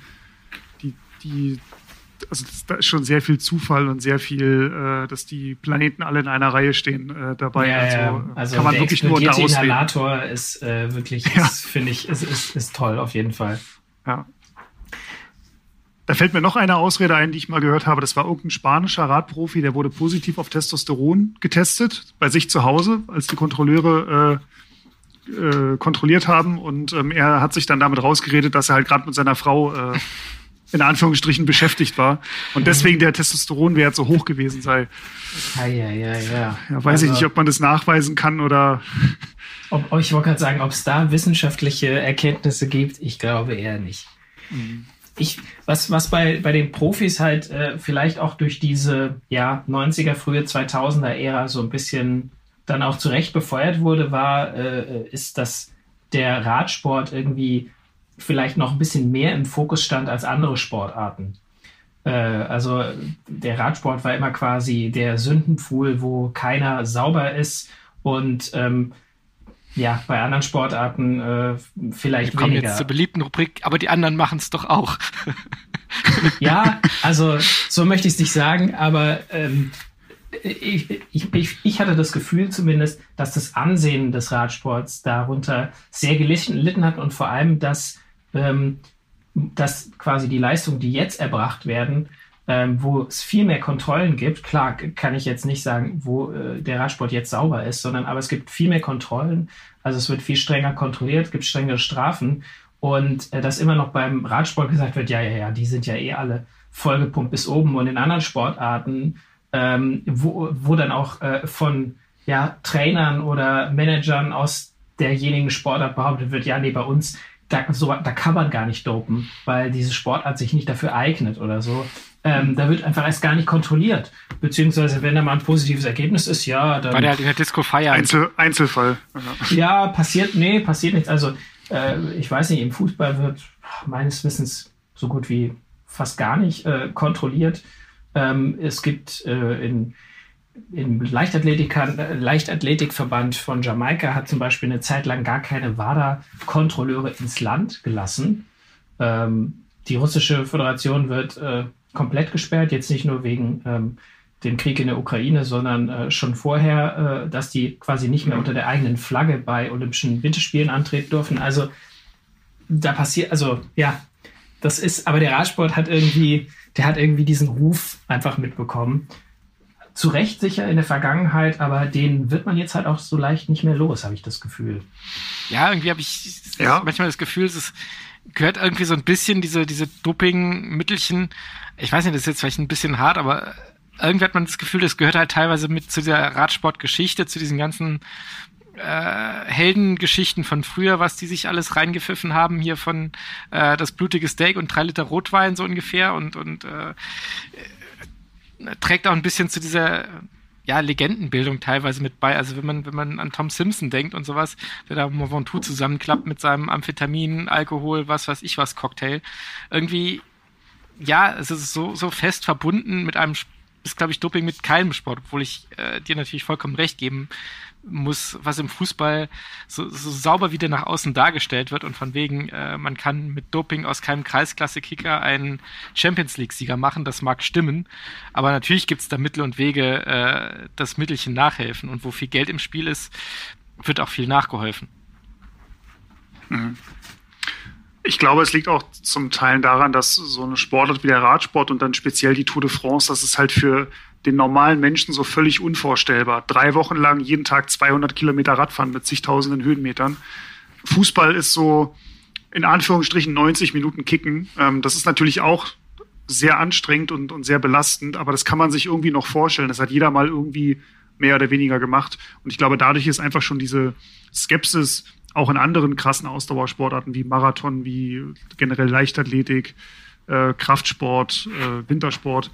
also da ist schon sehr viel Zufall und sehr viel, dass die Planeten alle in einer Reihe stehen dabei. Ja, also kann man wirklich nur unter Ausreden. Der Inhalator ist wirklich, finde ich, ist toll auf jeden Fall. Ja. Da fällt mir noch eine Ausrede ein, die ich mal gehört habe. Das war irgendein spanischer Radprofi, der wurde positiv auf Testosteron getestet, bei sich zu Hause, als die Kontrolleure kontrolliert haben. Und er hat sich dann damit rausgeredet, dass er halt gerade mit seiner Frau in Anführungsstrichen beschäftigt war und deswegen der Testosteronwert so hoch gewesen sei. Ja, weiß ich nicht, ob man das nachweisen kann oder... Ich wollte gerade sagen, ob es da wissenschaftliche Erkenntnisse gibt. Ich glaube eher nicht. Mhm. Was bei den Profis halt vielleicht auch durch diese 90er, frühe 2000er Ära so ein bisschen dann auch zurecht befeuert wurde, ist, dass der Radsport irgendwie vielleicht noch ein bisschen mehr im Fokus stand als andere Sportarten. Also der Radsport war immer quasi der Sündenpfuhl, wo keiner sauber ist und ja, bei anderen Sportarten vielleicht Wir kommen weniger. jetzt zur beliebten Rubrik, aber die anderen machen es doch auch. Ja, also so möchte ich es nicht sagen, aber ich hatte das Gefühl zumindest, dass das Ansehen des Radsports darunter sehr gelitten hat und vor allem, dass quasi die Leistungen, die jetzt erbracht werden, wo es viel mehr Kontrollen gibt. Klar kann ich jetzt nicht sagen, wo der Radsport jetzt sauber ist, aber es gibt viel mehr Kontrollen. Also es wird viel strenger kontrolliert, es gibt strengere Strafen. Und dass immer noch beim Radsport gesagt wird, ja, die sind ja alle vollgepumpt bis oben. Und in anderen Sportarten, wo dann auch von Trainern oder Managern aus derjenigen Sportart behauptet wird, ja, nee, bei uns, da kann man gar nicht dopen, weil diese Sportart sich nicht dafür eignet oder so. Da wird einfach erst gar nicht kontrolliert. Beziehungsweise, wenn da mal ein positives Ergebnis ist, ja, dann... Weil der halt in der Disco feiern. Einzelfall. Ja, passiert nichts. Also, ich weiß nicht, im Fußball wird meines Wissens so gut wie fast gar nicht kontrolliert. Es gibt im Leichtathletikverband von Jamaika hat zum Beispiel eine Zeit lang gar keine WADA-Kontrolleure ins Land gelassen. Die russische Föderation wird komplett gesperrt, jetzt nicht nur wegen dem Krieg in der Ukraine, sondern schon vorher, dass die quasi nicht mehr unter der eigenen Flagge bei Olympischen Winterspielen antreten dürfen. Also da passiert, das ist, aber der Radsport hat irgendwie diesen Ruf einfach mitbekommen. Zu Recht sicher in der Vergangenheit, aber den wird man jetzt halt auch so leicht nicht mehr los, habe ich das Gefühl. Ja, irgendwie habe ich manchmal das Gefühl, es gehört irgendwie so ein bisschen diese Doping-Mittelchen, ich weiß nicht, das ist jetzt vielleicht ein bisschen hart, aber irgendwie hat man das Gefühl, das gehört halt teilweise mit zu der Radsportgeschichte, zu diesen ganzen Heldengeschichten von früher, was die sich alles reingepfiffen haben, hier von das blutige Steak und 3 Liter Rotwein so ungefähr und trägt auch ein bisschen zu dieser Legendenbildung teilweise mit bei. Also wenn man an Tom Simpson denkt und sowas, der da Mont Ventoux zusammenklappt mit seinem Amphetamin, Alkohol, was weiß ich was, Cocktail. Irgendwie, es ist so fest verbunden mit einem, ist glaube ich Doping mit keinem Sport, obwohl ich dir natürlich vollkommen recht geben muss, was im Fußball so sauber wieder nach außen dargestellt wird und von wegen, man kann mit Doping aus keinem Kreisklasse-Kicker einen Champions-League-Sieger machen, das mag stimmen, aber natürlich gibt es da Mittel und Wege, das Mittelchen nachhelfen und wo viel Geld im Spiel ist, wird auch viel nachgeholfen. Ich glaube, es liegt auch zum Teil daran, dass so eine Sportart wie der Radsport und dann speziell die Tour de France, das ist halt für den normalen Menschen so völlig unvorstellbar. 3 Wochen lang jeden Tag 200 Kilometer Radfahren mit zigtausenden Höhenmetern. Fußball ist so in Anführungsstrichen 90 Minuten Kicken. Das ist natürlich auch sehr anstrengend und sehr belastend, aber das kann man sich irgendwie noch vorstellen. Das hat jeder mal irgendwie mehr oder weniger gemacht. Und ich glaube, dadurch ist einfach schon diese Skepsis auch in anderen krassen Ausdauersportarten wie Marathon, wie generell Leichtathletik, Kraftsport, Wintersport.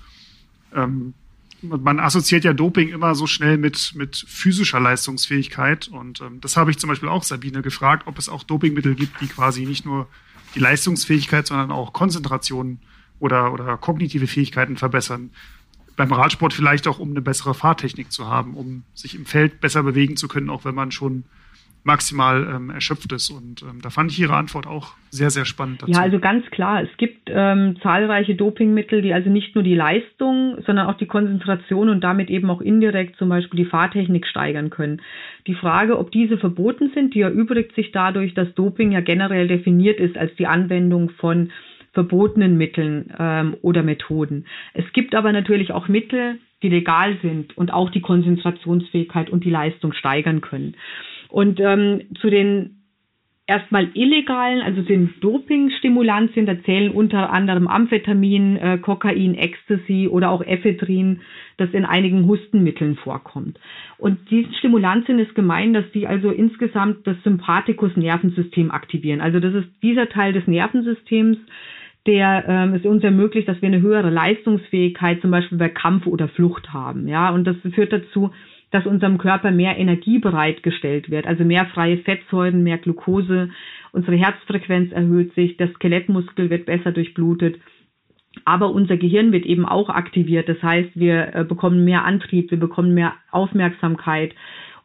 Man assoziiert ja Doping immer so schnell mit physischer Leistungsfähigkeit. Und das habe ich zum Beispiel auch Sabine gefragt, ob es auch Dopingmittel gibt, die quasi nicht nur die Leistungsfähigkeit, sondern auch Konzentration oder kognitive Fähigkeiten verbessern. Beim Radsport vielleicht auch, um eine bessere Fahrtechnik zu haben, um sich im Feld besser bewegen zu können, auch wenn man schon maximal erschöpft ist. Und da fand ich Ihre Antwort auch sehr, sehr spannend dazu. Ja, also ganz klar. Es gibt zahlreiche Dopingmittel, die also nicht nur die Leistung, sondern auch die Konzentration und damit eben auch indirekt zum Beispiel die Fahrtechnik steigern können. Die Frage, ob diese verboten sind, die erübrigt sich dadurch, dass Doping ja generell definiert ist als die Anwendung von verbotenen Mitteln oder Methoden. Es gibt aber natürlich auch Mittel, die legal sind und auch die Konzentrationsfähigkeit und die Leistung steigern können. Und zu den erstmal illegalen, also den Dopingstimulantien, da zählen unter anderem Amphetamin, Kokain, Ecstasy oder auch Ephedrin, das in einigen Hustenmitteln vorkommt. Und diesen Stimulantien ist gemein, dass die also insgesamt das Sympathikus-Nervensystem aktivieren. Also das ist dieser Teil des Nervensystems, der es uns ermöglicht, dass wir eine höhere Leistungsfähigkeit zum Beispiel bei Kampf oder Flucht haben. Ja, und das führt dazu, dass unserem Körper mehr Energie bereitgestellt wird, also mehr freie Fettsäuren, mehr Glucose, unsere Herzfrequenz erhöht sich, der Skelettmuskel wird besser durchblutet, aber unser Gehirn wird eben auch aktiviert, das heißt, wir bekommen mehr Antrieb, wir bekommen mehr Aufmerksamkeit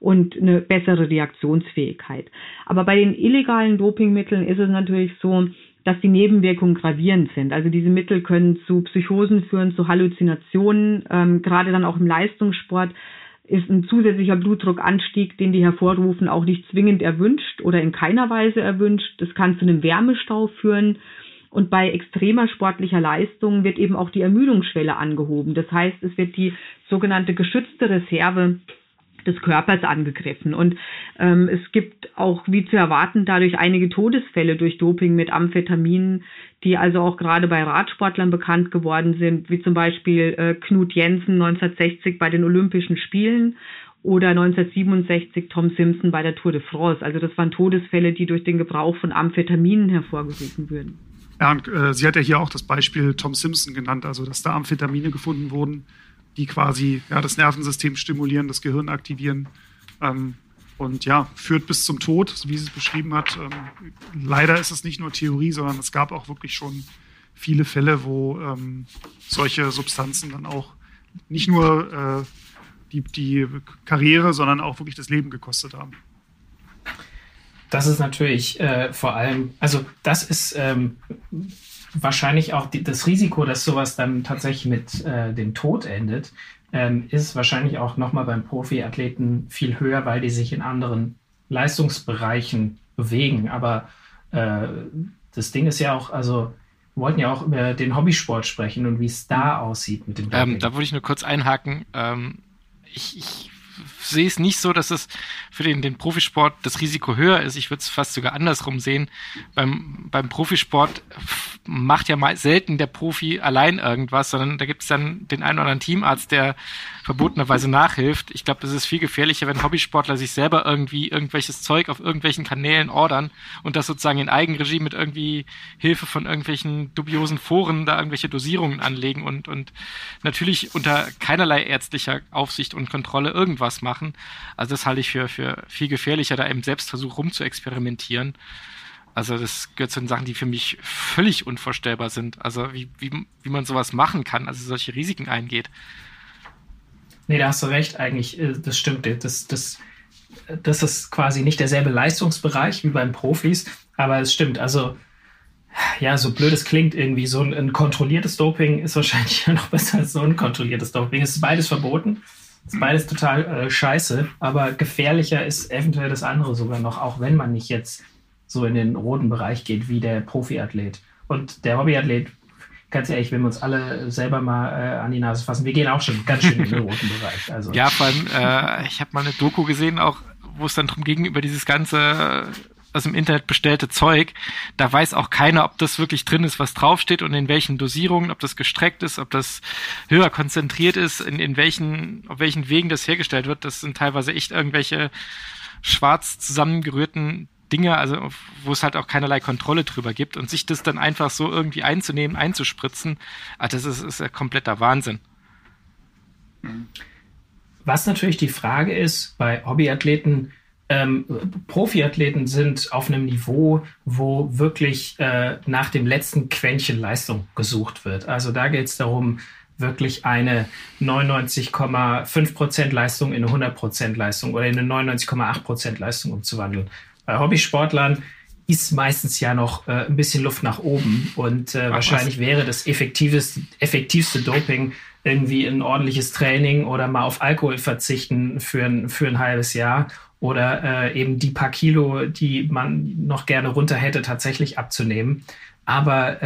und eine bessere Reaktionsfähigkeit. Aber bei den illegalen Dopingmitteln ist es natürlich so, dass die Nebenwirkungen gravierend sind. Also diese Mittel können zu Psychosen führen, zu Halluzinationen. Gerade dann auch im Leistungssport ist ein zusätzlicher Blutdruckanstieg, den die hervorrufen, auch nicht zwingend erwünscht oder in keiner Weise erwünscht. Das kann zu einem Wärmestau führen. Und bei extremer sportlicher Leistung wird eben auch die Ermüdungsschwelle angehoben. Das heißt, es wird die sogenannte geschützte Reserve des Körpers angegriffen. Und es gibt auch, wie zu erwarten, dadurch einige Todesfälle durch Doping mit Amphetaminen, die also auch gerade bei Radsportlern bekannt geworden sind, wie zum Beispiel Knut Jensen 1960 bei den Olympischen Spielen oder 1967 Tom Simpson bei der Tour de France. Also das waren Todesfälle, die durch den Gebrauch von Amphetaminen hervorgerufen würden. Ja, und sie hat ja hier auch das Beispiel Tom Simpson genannt, also dass da Amphetamine gefunden wurden, die quasi das Nervensystem stimulieren, das Gehirn aktivieren und führt bis zum Tod, so wie sie es beschrieben hat. Leider ist es nicht nur Theorie, sondern es gab auch wirklich schon viele Fälle, wo solche Substanzen dann auch nicht nur die Karriere, sondern auch wirklich das Leben gekostet haben. Das ist natürlich vor allem, also das ist wahrscheinlich auch das Risiko, dass sowas dann tatsächlich mit dem Tod endet, ist wahrscheinlich auch nochmal beim Profiathleten viel höher, weil die sich in anderen Leistungsbereichen bewegen. Aber das Ding ist ja auch, also wir wollten ja auch über den Hobbysport sprechen und wie es da aussieht mit dem Doping. Da würde ich nur kurz einhaken. Ich sehe es nicht so, dass es für den Profisport das Risiko höher ist. Ich würde es fast sogar andersrum sehen. Beim Profisport macht ja mal selten der Profi allein irgendwas, sondern da gibt es dann den einen oder anderen Teamarzt, der verbotenerweise nachhilft. Ich glaube, das ist viel gefährlicher, wenn Hobbysportler sich selber irgendwie irgendwelches Zeug auf irgendwelchen Kanälen ordern und das sozusagen in Eigenregie mit irgendwie Hilfe von irgendwelchen dubiosen Foren da irgendwelche Dosierungen anlegen und natürlich unter keinerlei ärztlicher Aufsicht und Kontrolle irgendwas machen. Also das halte ich für viel gefährlicher, da im Selbstversuch rumzuexperimentieren. Also das gehört zu den Sachen, die für mich völlig unvorstellbar sind. Also wie man sowas machen kann, also solche Risiken eingeht. Nee, da hast du recht, eigentlich, das stimmt. Das ist quasi nicht derselbe Leistungsbereich wie beim Profis, aber es stimmt. Also, ja, so blöd es klingt irgendwie, so ein kontrolliertes Doping ist wahrscheinlich noch besser als so ein unkontrolliertes Doping. Es ist beides verboten, es ist beides total scheiße, aber gefährlicher ist eventuell das andere sogar noch, auch wenn man nicht jetzt so in den roten Bereich geht wie der Profiathlet. Und der Hobbyathlet, ganz ehrlich, wenn wir uns alle selber mal an die Nase fassen, wir gehen auch schon ganz schön in den roten Bereich. Also. Ja, vor allem, ich habe mal eine Doku gesehen, auch wo es dann darum ging, über dieses ganze aus dem Internet bestellte Zeug. Da weiß auch keiner, ob das wirklich drin ist, was draufsteht und in welchen Dosierungen, ob das gestreckt ist, ob das höher konzentriert ist, auf welchen Wegen das hergestellt wird. Das sind teilweise echt irgendwelche schwarz zusammengerührten Dinge, also wo es halt auch keinerlei Kontrolle drüber gibt und sich das dann einfach so irgendwie einzunehmen, einzuspritzen, das ist ja kompletter Wahnsinn. Was natürlich die Frage ist, bei Hobbyathleten, Profiathleten sind auf einem Niveau, wo wirklich nach dem letzten Quäntchen Leistung gesucht wird. Also da geht es darum, wirklich eine 99,5% Leistung in eine 100% Leistung oder in eine 99,8% Leistung umzuwandeln. Bei Hobbysportlern ist meistens ja noch ein bisschen Luft nach oben und wahrscheinlich wäre das effektivste Doping irgendwie ein ordentliches Training oder mal auf Alkohol verzichten für ein halbes Jahr oder eben die paar Kilo, die man noch gerne runter hätte, tatsächlich abzunehmen. Aber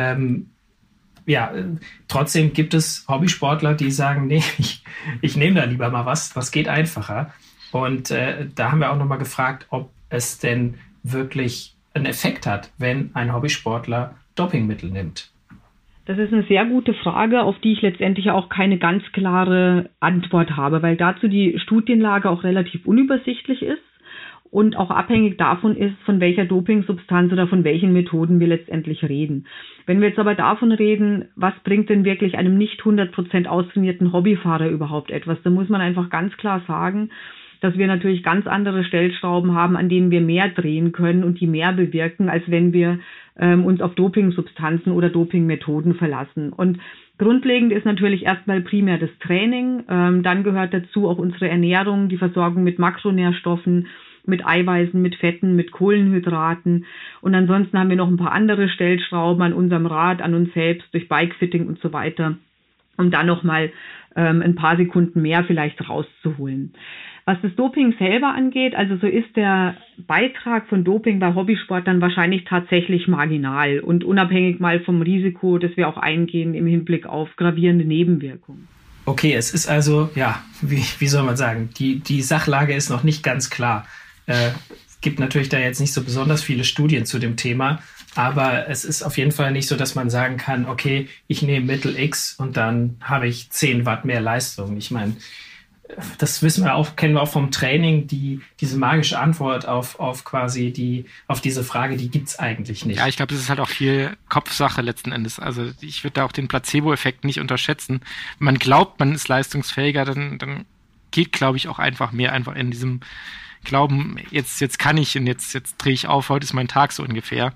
trotzdem gibt es Hobbysportler, die sagen, nee, ich nehme da lieber mal was geht einfacher. Und da haben wir auch nochmal gefragt, ob es denn wirklich einen Effekt hat, wenn ein Hobbysportler Dopingmittel nimmt. Das ist eine sehr gute Frage, auf die ich letztendlich auch keine ganz klare Antwort habe, weil dazu die Studienlage auch relativ unübersichtlich ist und auch abhängig davon ist, von welcher Dopingsubstanz oder von welchen Methoden wir letztendlich reden. Wenn wir jetzt aber davon reden, was bringt denn wirklich einem nicht 100% austrainierten Hobbyfahrer überhaupt etwas, dann muss man einfach ganz klar sagen, dass wir natürlich ganz andere Stellschrauben haben, an denen wir mehr drehen können und die mehr bewirken, als wenn wir uns auf Dopingsubstanzen oder Dopingmethoden verlassen. Und Grundlegend ist natürlich erstmal primär das Training, dann gehört dazu auch unsere Ernährung, die Versorgung mit Makronährstoffen, mit Eiweißen, mit Fetten, mit Kohlenhydraten und ansonsten haben wir noch ein paar andere Stellschrauben an unserem Rad, an uns selbst, durch Bikefitting und so weiter, um dann nochmal ein paar Sekunden mehr vielleicht rauszuholen. Was das Doping selber angeht, also so ist der Beitrag von Doping bei Hobbysportlern wahrscheinlich tatsächlich marginal und unabhängig mal vom Risiko, das wir auch eingehen im Hinblick auf gravierende Nebenwirkungen. Okay, es ist also, ja, wie soll man sagen, die Sachlage ist noch nicht ganz klar. Es gibt natürlich da jetzt nicht so besonders viele Studien zu dem Thema, aber es ist auf jeden Fall nicht so, dass man sagen kann, okay, ich nehme Mittel X und dann habe ich 10 Watt mehr Leistung. Ich meine, das wissen wir auch, kennen wir auch vom Training, diese magische Antwort auf diese Frage, die gibt's eigentlich nicht. Ja, ich glaube, das ist halt auch viel Kopfsache letzten Endes. Also ich würde da auch den Placebo-Effekt nicht unterschätzen. Wenn man glaubt, man ist leistungsfähiger, dann geht, glaube ich, auch einfach mehr einfach in diesem Glauben, jetzt kann ich und jetzt drehe ich auf, heute ist mein Tag so ungefähr.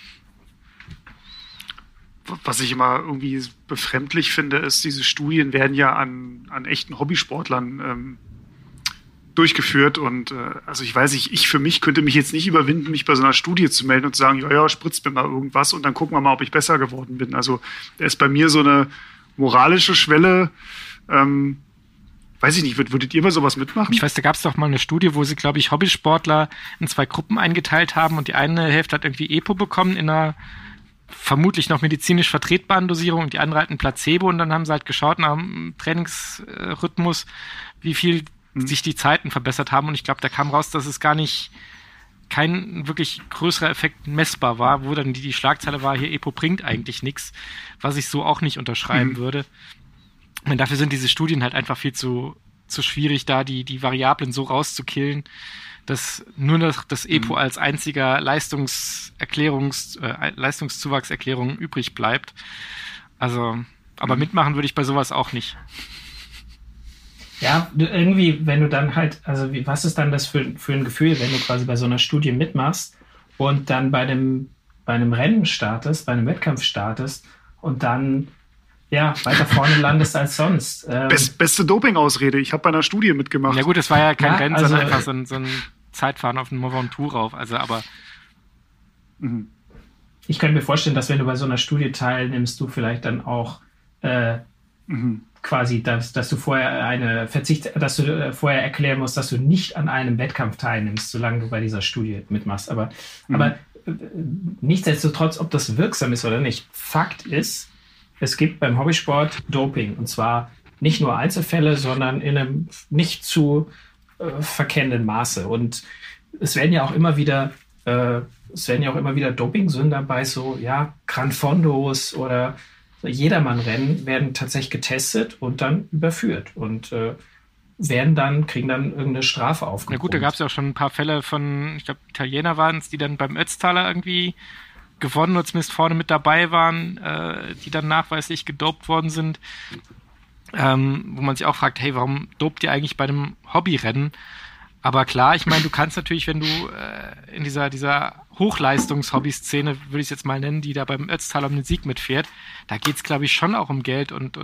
Was ich immer irgendwie befremdlich finde, ist, diese Studien werden ja an echten Hobbysportlern durchgeführt und also ich weiß nicht, ich für mich könnte mich jetzt nicht überwinden, mich bei so einer Studie zu melden und zu sagen, ja, spritzt mir mal irgendwas und dann gucken wir mal, ob ich besser geworden bin. Also da ist bei mir so eine moralische Schwelle, weiß ich nicht, würdet ihr bei sowas mitmachen? Ich weiß, da gab es doch mal eine Studie, wo sie, glaube ich, Hobbysportler in 2 Gruppen eingeteilt haben und die eine Hälfte hat irgendwie EPO bekommen in einer vermutlich noch medizinisch vertretbaren Dosierung und die andere halt ein Placebo und dann haben sie halt geschaut nach dem Trainingsrhythmus, wie viel sich die Zeiten verbessert haben und ich glaube, da kam raus, dass es gar nicht kein wirklich größerer Effekt messbar war, wo dann die Schlagzeile war, hier EPO bringt eigentlich nichts, was ich so auch nicht unterschreiben würde. Und dafür sind diese Studien halt einfach viel zu schwierig, da die Variablen so rauszukillen, dass nur noch das EPO als einziger Leistungszuwachserklärung übrig bleibt. Also, aber mitmachen würde ich bei sowas auch nicht. Ja, irgendwie, wenn du dann halt, also was ist dann das für ein Gefühl, wenn du quasi bei so einer Studie mitmachst und dann bei einem Rennen startest, bei einem Wettkampf startest und dann weiter vorne landest als sonst. Beste Doping-Ausrede, ich habe bei einer Studie mitgemacht. Ja gut, das war ja kein Rennen, sondern einfach so ein Zeitfahren auf den Mont Ventoux rauf. Also, aber ich könnte mir vorstellen, dass wenn du bei so einer Studie teilnimmst, du vielleicht dann auch quasi, dass du vorher vorher erklären musst, dass du nicht an einem Wettkampf teilnimmst, solange du bei dieser Studie mitmachst. Aber nichtsdestotrotz, ob das wirksam ist oder nicht, Fakt ist, es gibt beim Hobbysport Doping. Und zwar nicht nur Einzelfälle, sondern in einem nicht zu verkennenden Maße. Und es werden ja auch immer wieder Dopingsünder bei so, Gran Fondos oder Jedermann-Rennen werden tatsächlich getestet und dann überführt und kriegen dann irgendeine Strafe aufgebrummt. Na gut, da gab es ja auch schon ein paar Fälle von, ich glaube, Italiener waren es, die dann beim Ötztaler irgendwie gewonnen oder zumindest vorne mit dabei waren, die dann nachweislich gedopt worden sind, wo man sich auch fragt, hey, warum dopt ihr eigentlich bei einem Hobbyrennen? Aber klar, ich meine, du kannst natürlich, wenn du in dieser Hochleistungs-Hobby-Szene, würde ich es jetzt mal nennen, die da beim Ötztaler um den Sieg mitfährt, da geht es, glaube ich, schon auch um Geld und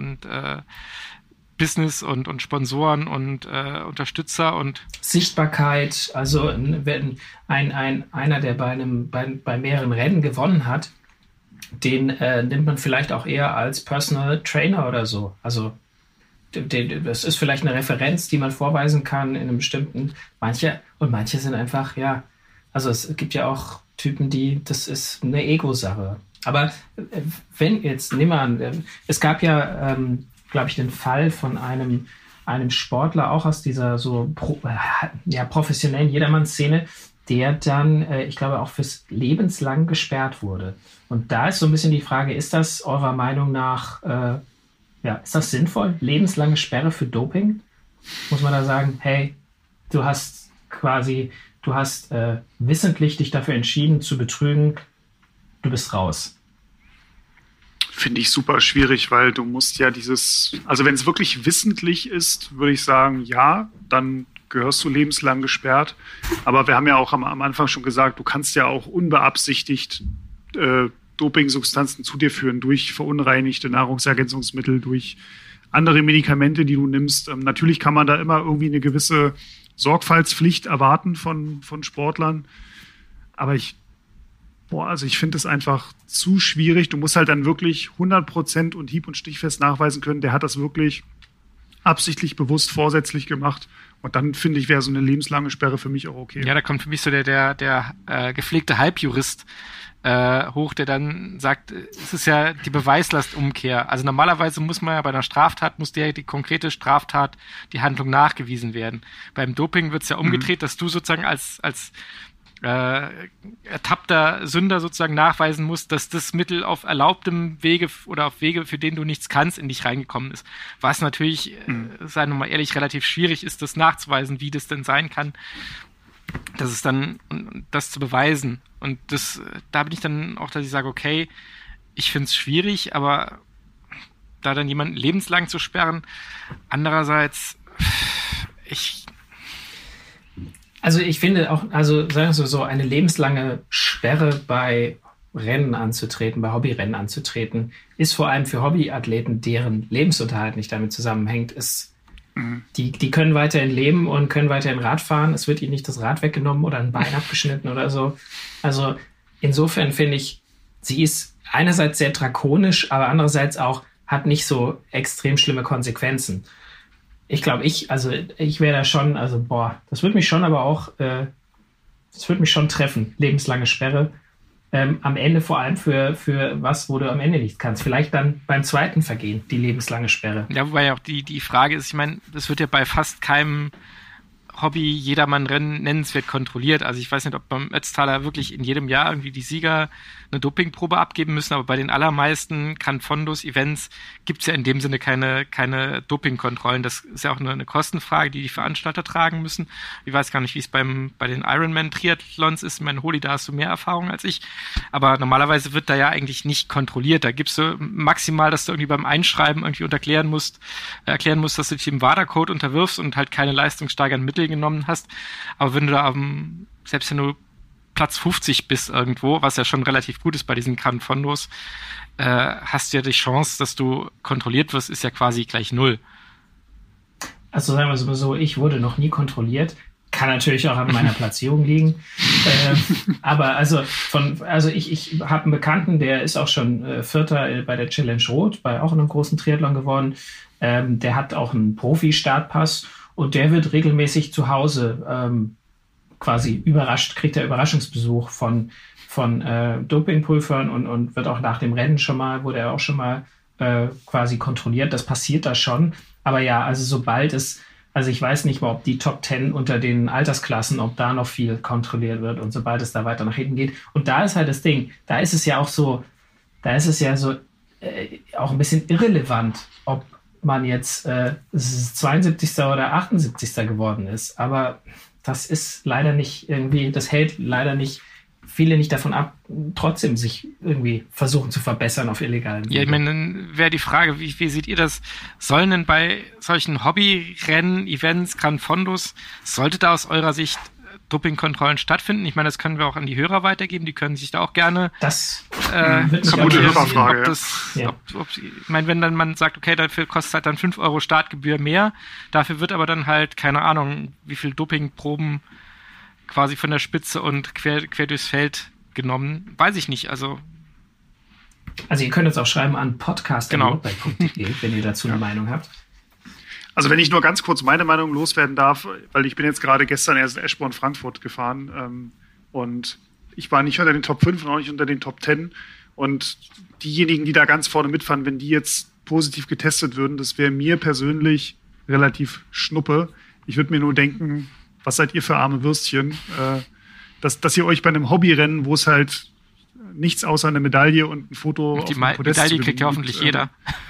Business und Sponsoren und Unterstützer und Sichtbarkeit. Also wenn einer, der bei mehreren Rennen gewonnen hat, den nimmt man vielleicht auch eher als Personal Trainer oder so. Also das ist vielleicht eine Referenz, die man vorweisen kann in einem bestimmten. Manche sind einfach, also es gibt ja auch Typen, das ist eine Ego-Sache. Aber wenn jetzt, nehmen wir an, es gab ja glaube ich, den Fall von einem Sportler, auch aus dieser so professionellen Jedermann-Szene, der dann, ich glaube, auch fürs lebenslang gesperrt wurde. Und da ist so ein bisschen die Frage, ist das eurer Meinung nach, ist das sinnvoll? Lebenslange Sperre für Doping? Muss man da sagen, hey, du hast wissentlich dich dafür entschieden zu betrügen, du bist raus. Finde ich super schwierig, weil du musst ja also wenn es wirklich wissentlich ist, würde ich sagen, ja, dann gehörst du lebenslang gesperrt. Aber wir haben ja auch am Anfang schon gesagt, du kannst ja auch unbeabsichtigt Doping-Substanzen zu dir führen, durch verunreinigte Nahrungsergänzungsmittel, durch andere Medikamente, die du nimmst. Natürlich kann man da immer irgendwie eine gewisse Sorgfaltspflicht erwarten von Sportlern. Aber ich finde es einfach zu schwierig. Du musst halt dann wirklich 100% und hieb- und stichfest nachweisen können, der hat das wirklich absichtlich, bewusst, vorsätzlich gemacht. Und dann, finde ich, wäre so eine lebenslange Sperre für mich auch okay. Ja, da kommt für mich so der gepflegte Halbjurist hoch, der dann sagt, es ist ja die Beweislastumkehr. Also normalerweise muss man ja bei einer Straftat, muss die konkrete Straftat, die Handlung nachgewiesen werden. Beim Doping wird es ja umgedreht, dass du sozusagen als ertappter Sünder sozusagen nachweisen musst, dass das Mittel auf erlaubtem Wege oder auf Wege, für den du nichts kannst, in dich reingekommen ist. Was natürlich, seien wir mal ehrlich, relativ schwierig ist, das nachzuweisen, wie das denn sein kann. Das ist dann, das zu beweisen. Und da bin ich dann auch, dass ich sage, okay, ich finde es schwierig, aber da dann jemanden lebenslang zu sperren, andererseits, Also ich finde auch, also sagen wir so, eine lebenslange Sperre bei Rennen anzutreten, bei Hobbyrennen anzutreten, ist vor allem für Hobbyathleten, deren Lebensunterhalt nicht damit zusammenhängt, die können weiterhin leben und können weiterhin Rad fahren. Es wird ihnen nicht das Rad weggenommen oder ein Bein abgeschnitten oder so. Also insofern finde ich, sie ist einerseits sehr drakonisch, aber andererseits auch hat nicht so extrem schlimme Konsequenzen. Ich glaube, ich wäre da schon, das würde mich schon aber auch, das würde mich schon treffen, lebenslange Sperre. Am Ende vor allem für was, wo du am Ende nichts kannst. Vielleicht dann beim zweiten Vergehen, die lebenslange Sperre. Ja, wobei ja auch die Frage ist, ich meine, das wird ja bei fast keinem Hobby-Jedermann-Rennen nennenswert kontrolliert. Also ich weiß nicht, ob beim Ötztaler wirklich in jedem Jahr irgendwie die Sieger eine Dopingprobe abgeben müssen, aber bei den allermeisten Canfondos-Events gibt es ja in dem Sinne keine Dopingkontrollen. Das ist ja auch eine Kostenfrage, die Veranstalter tragen müssen. Ich weiß gar nicht, wie es bei den Ironman-Triathlons ist. Mein Holi, da hast du mehr Erfahrung als ich. Aber normalerweise wird da ja eigentlich nicht kontrolliert. Da gibst du maximal, dass du irgendwie beim Einschreiben irgendwie erklären musst, dass du dich dem WADA-Code unterwirfst und halt keine leistungssteigernden Mittel genommen hast. Aber wenn du da selbst wenn du Platz 50 bist irgendwo, was ja schon relativ gut ist bei diesen Canfondos, hast du ja die Chance, dass du kontrolliert wirst, ist ja quasi gleich 0. Also sagen wir es mal so, ich wurde noch nie kontrolliert. Kann natürlich auch an meiner Platzierung liegen. Aber ich habe einen Bekannten, der ist auch schon Vierter bei der Challenge Rot, bei auch einem großen Triathlon geworden. Der hat auch einen Profi-Startpass und der wird regelmäßig zu Hause quasi kriegt er Überraschungsbesuch von Dopingprüfern und wird auch nach dem Rennen wurde er auch schon mal quasi kontrolliert. Das passiert da schon. Aber ja, also sobald ich weiß nicht mal, ob die Top 10 unter den Altersklassen, ob da noch viel kontrolliert wird und sobald es da weiter nach hinten geht. Und da ist halt das Ding, da ist es ja so auch ein bisschen irrelevant, ob man jetzt 72. oder 78. geworden ist. Aber das ist leider nicht das hält leider nicht viele nicht davon ab, trotzdem sich irgendwie versuchen zu verbessern auf illegalen Wegen. Ja, ich meine, dann wäre die Frage, wie seht ihr das? Sollen denn bei solchen Hobbyrennen, Events, Canfondos, sollte da aus eurer Sicht Dopingkontrollen stattfinden? Ich meine, das können wir auch an die Hörer weitergeben, die können sich da auch gerne wird eine gute Hörerfrage. Ich meine, wenn dann man sagt, okay, dafür kostet halt dann 5 Euro Startgebühr mehr, dafür wird aber dann halt, keine Ahnung, wie viel Dopingproben quasi von der Spitze und quer durchs Feld genommen. Weiß ich nicht, also ihr könnt uns auch schreiben an podcast@roadbike.de, wenn ihr dazu eine Meinung habt. Also wenn ich nur ganz kurz meine Meinung loswerden darf, weil ich bin jetzt gerade gestern erst in Eschborn-Frankfurt gefahren und ich war nicht unter den Top 5 und auch nicht unter den Top 10 und diejenigen, die da ganz vorne mitfahren, wenn die jetzt positiv getestet würden, das wäre mir persönlich relativ schnuppe. Ich würde mir nur denken, was seid ihr für arme Würstchen, dass ihr euch bei einem Hobbyrennen, wo es halt nichts außer eine Medaille und ein Foto auf dem Podest Medaille kriegt ja hoffentlich jeder.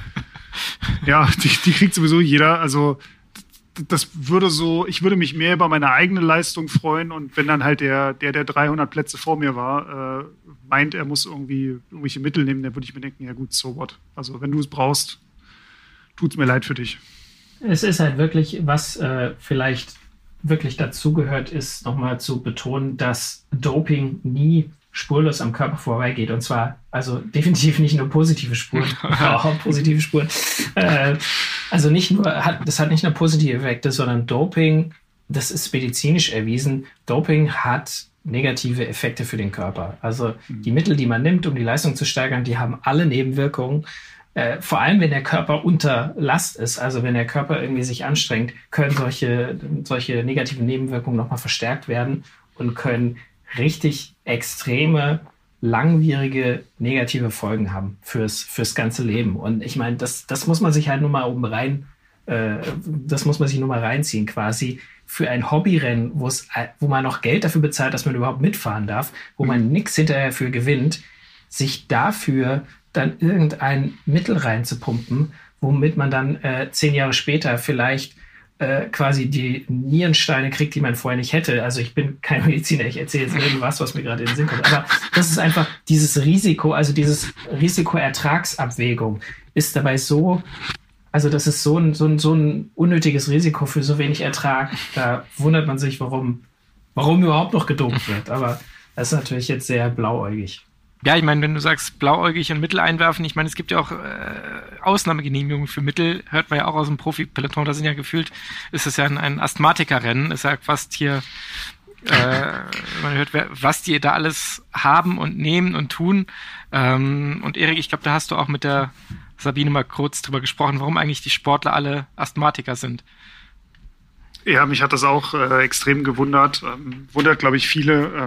Ja, die kriegt sowieso jeder. Also ich würde mich mehr über meine eigene Leistung freuen und wenn dann halt der 300 Plätze vor mir war, meint, er muss irgendwelche Mittel nehmen, dann würde ich mir denken, ja gut, so what. Also wenn du es brauchst, tut's mir leid für dich. Es ist halt wirklich, was vielleicht wirklich dazugehört, ist nochmal zu betonen, dass Doping nie spurlos am Körper vorbeigeht. Und zwar also definitiv nicht nur positive Spuren, auch positive Spuren. Also das hat nicht nur positive Effekte, sondern Doping, das ist medizinisch erwiesen, Doping hat negative Effekte für den Körper. Also die Mittel, die man nimmt, um die Leistung zu steigern, die haben alle Nebenwirkungen. Vor allem, wenn der Körper unter Last ist, also wenn der Körper irgendwie sich anstrengt, können solche negativen Nebenwirkungen nochmal verstärkt werden und können richtig extreme, langwierige negative Folgen haben fürs ganze Leben. Und ich meine, das muss man sich halt nur mal reinziehen quasi. Für ein Hobbyrennen, wo man noch Geld dafür bezahlt, dass man überhaupt mitfahren darf, wo man nichts hinterher für gewinnt, sich dafür dann irgendein Mittel reinzupumpen, womit man dann 10 Jahre später vielleicht quasi die Nierensteine kriegt, die man vorher nicht hätte. Also ich bin kein Mediziner, ich erzähle jetzt irgendwas, was mir gerade in den Sinn kommt. Aber das ist einfach dieses Risiko, also dieses Risiko-Ertragsabwägung ist dabei so, also das ist so ein unnötiges Risiko für so wenig Ertrag. Da wundert man sich, warum überhaupt noch gedopt wird. Aber das ist natürlich jetzt sehr blauäugig. Ja, ich meine, wenn du sagst blauäugig und Mittel einwerfen, ich meine, es gibt ja auch Ausnahmegenehmigungen für Mittel, hört man ja auch aus dem Profi-Peloton, da sind ja gefühlt, ist es ja ein Asthmatikerrennen, ist ja fast hier, man hört, was die da alles haben und nehmen und tun. Und Erik, ich glaube, da hast du auch mit der Sabine mal kurz drüber gesprochen, warum eigentlich die Sportler alle Asthmatiker sind. Ja, mich hat das auch extrem gewundert. Wundert, glaube ich, viele.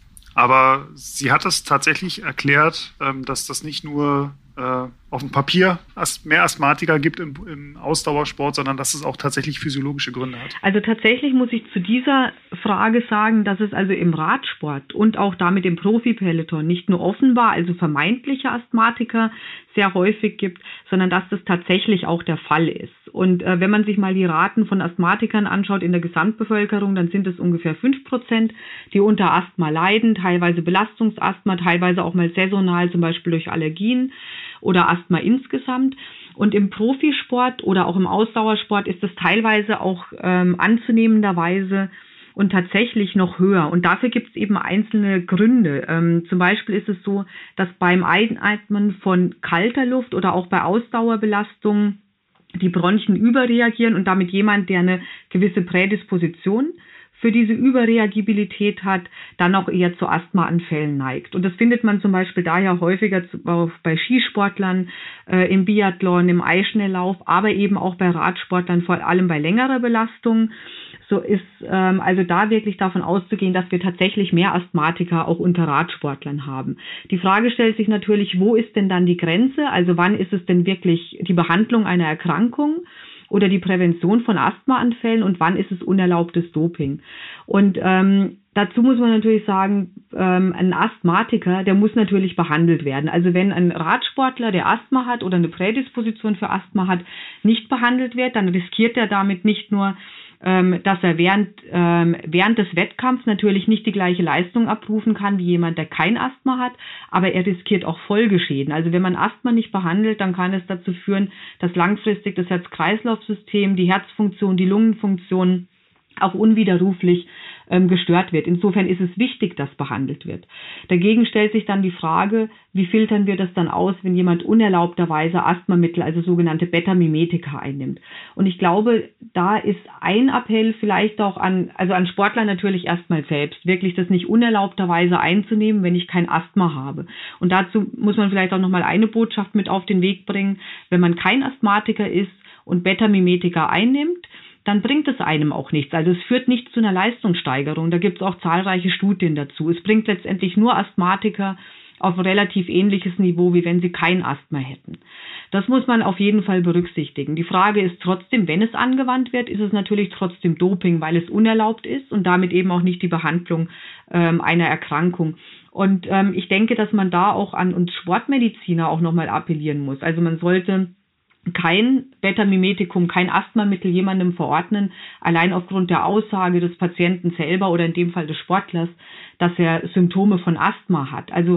Aber sie hat es tatsächlich erklärt, dass das nicht nur auf dem Papier mehr Asthmatiker gibt im Ausdauersport, sondern dass es auch tatsächlich physiologische Gründe hat. Also tatsächlich muss ich zu dieser Frage sagen, dass es also im Radsport und auch damit im Profi-Peloton nicht nur offenbar, also vermeintliche Asthmatiker sehr häufig gibt, sondern dass das tatsächlich auch der Fall ist. Und wenn man sich mal die Raten von Asthmatikern anschaut in der Gesamtbevölkerung, dann sind es ungefähr 5%, die unter Asthma leiden, teilweise Belastungsasthma, teilweise auch mal saisonal, zum Beispiel durch Allergien oder Asthma insgesamt. Und im Profisport oder auch im Ausdauersport ist es teilweise auch anzunehmenderweise und tatsächlich noch höher. Und dafür gibt es eben einzelne Gründe. Zum Beispiel ist es so, dass beim Einatmen von kalter Luft oder auch bei Ausdauerbelastung die Bronchien überreagieren und damit jemand, der eine gewisse Prädisposition für diese Überreagibilität hat, dann auch eher zu Asthmaanfällen neigt. Und das findet man zum Beispiel daher häufiger bei Skisportlern, im Biathlon, im Eisschnelllauf, aber eben auch bei Radsportlern, vor allem bei längerer Belastung. So ist also da wirklich davon auszugehen, dass wir tatsächlich mehr Asthmatiker auch unter Radsportlern haben. Die Frage stellt sich natürlich, wo ist denn dann die Grenze? Also wann ist es denn wirklich die Behandlung einer Erkrankung oder die Prävention von Asthmaanfällen und wann ist es unerlaubtes Doping? Und dazu muss man natürlich sagen, ein Asthmatiker, der muss natürlich behandelt werden. Also wenn ein Radsportler, der Asthma hat oder eine Prädisposition für Asthma hat, nicht behandelt wird, dann riskiert er damit nicht nur, dass er während des Wettkampfs natürlich nicht die gleiche Leistung abrufen kann wie jemand, der kein Asthma hat, aber er riskiert auch Folgeschäden. Also wenn man Asthma nicht behandelt, dann kann es dazu führen, dass langfristig das Herz-Kreislauf-System, die Herzfunktion, die Lungenfunktion auch unwiderruflich gestört wird. Insofern ist es wichtig, dass behandelt wird. Dagegen stellt sich dann die Frage, wie filtern wir das dann aus, wenn jemand unerlaubterweise Asthmamittel, also sogenannte Beta-Mimetika einnimmt. Und ich glaube, da ist ein Appell vielleicht auch an Sportler natürlich erstmal selbst, wirklich das nicht unerlaubterweise einzunehmen, wenn ich kein Asthma habe. Und dazu muss man vielleicht auch nochmal eine Botschaft mit auf den Weg bringen. Wenn man kein Asthmatiker ist und Beta-Mimetika einnimmt, dann bringt es einem auch nichts. Also es führt nicht zu einer Leistungssteigerung. Da gibt es auch zahlreiche Studien dazu. Es bringt letztendlich nur Asthmatiker auf relativ ähnliches Niveau, wie wenn sie kein Asthma hätten. Das muss man auf jeden Fall berücksichtigen. Die Frage ist trotzdem, wenn es angewandt wird, ist es natürlich trotzdem Doping, weil es unerlaubt ist und damit eben auch nicht die Behandlung einer Erkrankung. Und ich denke, dass man da auch an uns Sportmediziner auch nochmal appellieren muss. Also man sollte kein Beta-Mimetikum, kein Asthmamittel jemandem verordnen, allein aufgrund der Aussage des Patienten selber oder in dem Fall des Sportlers, dass er Symptome von Asthma hat. Also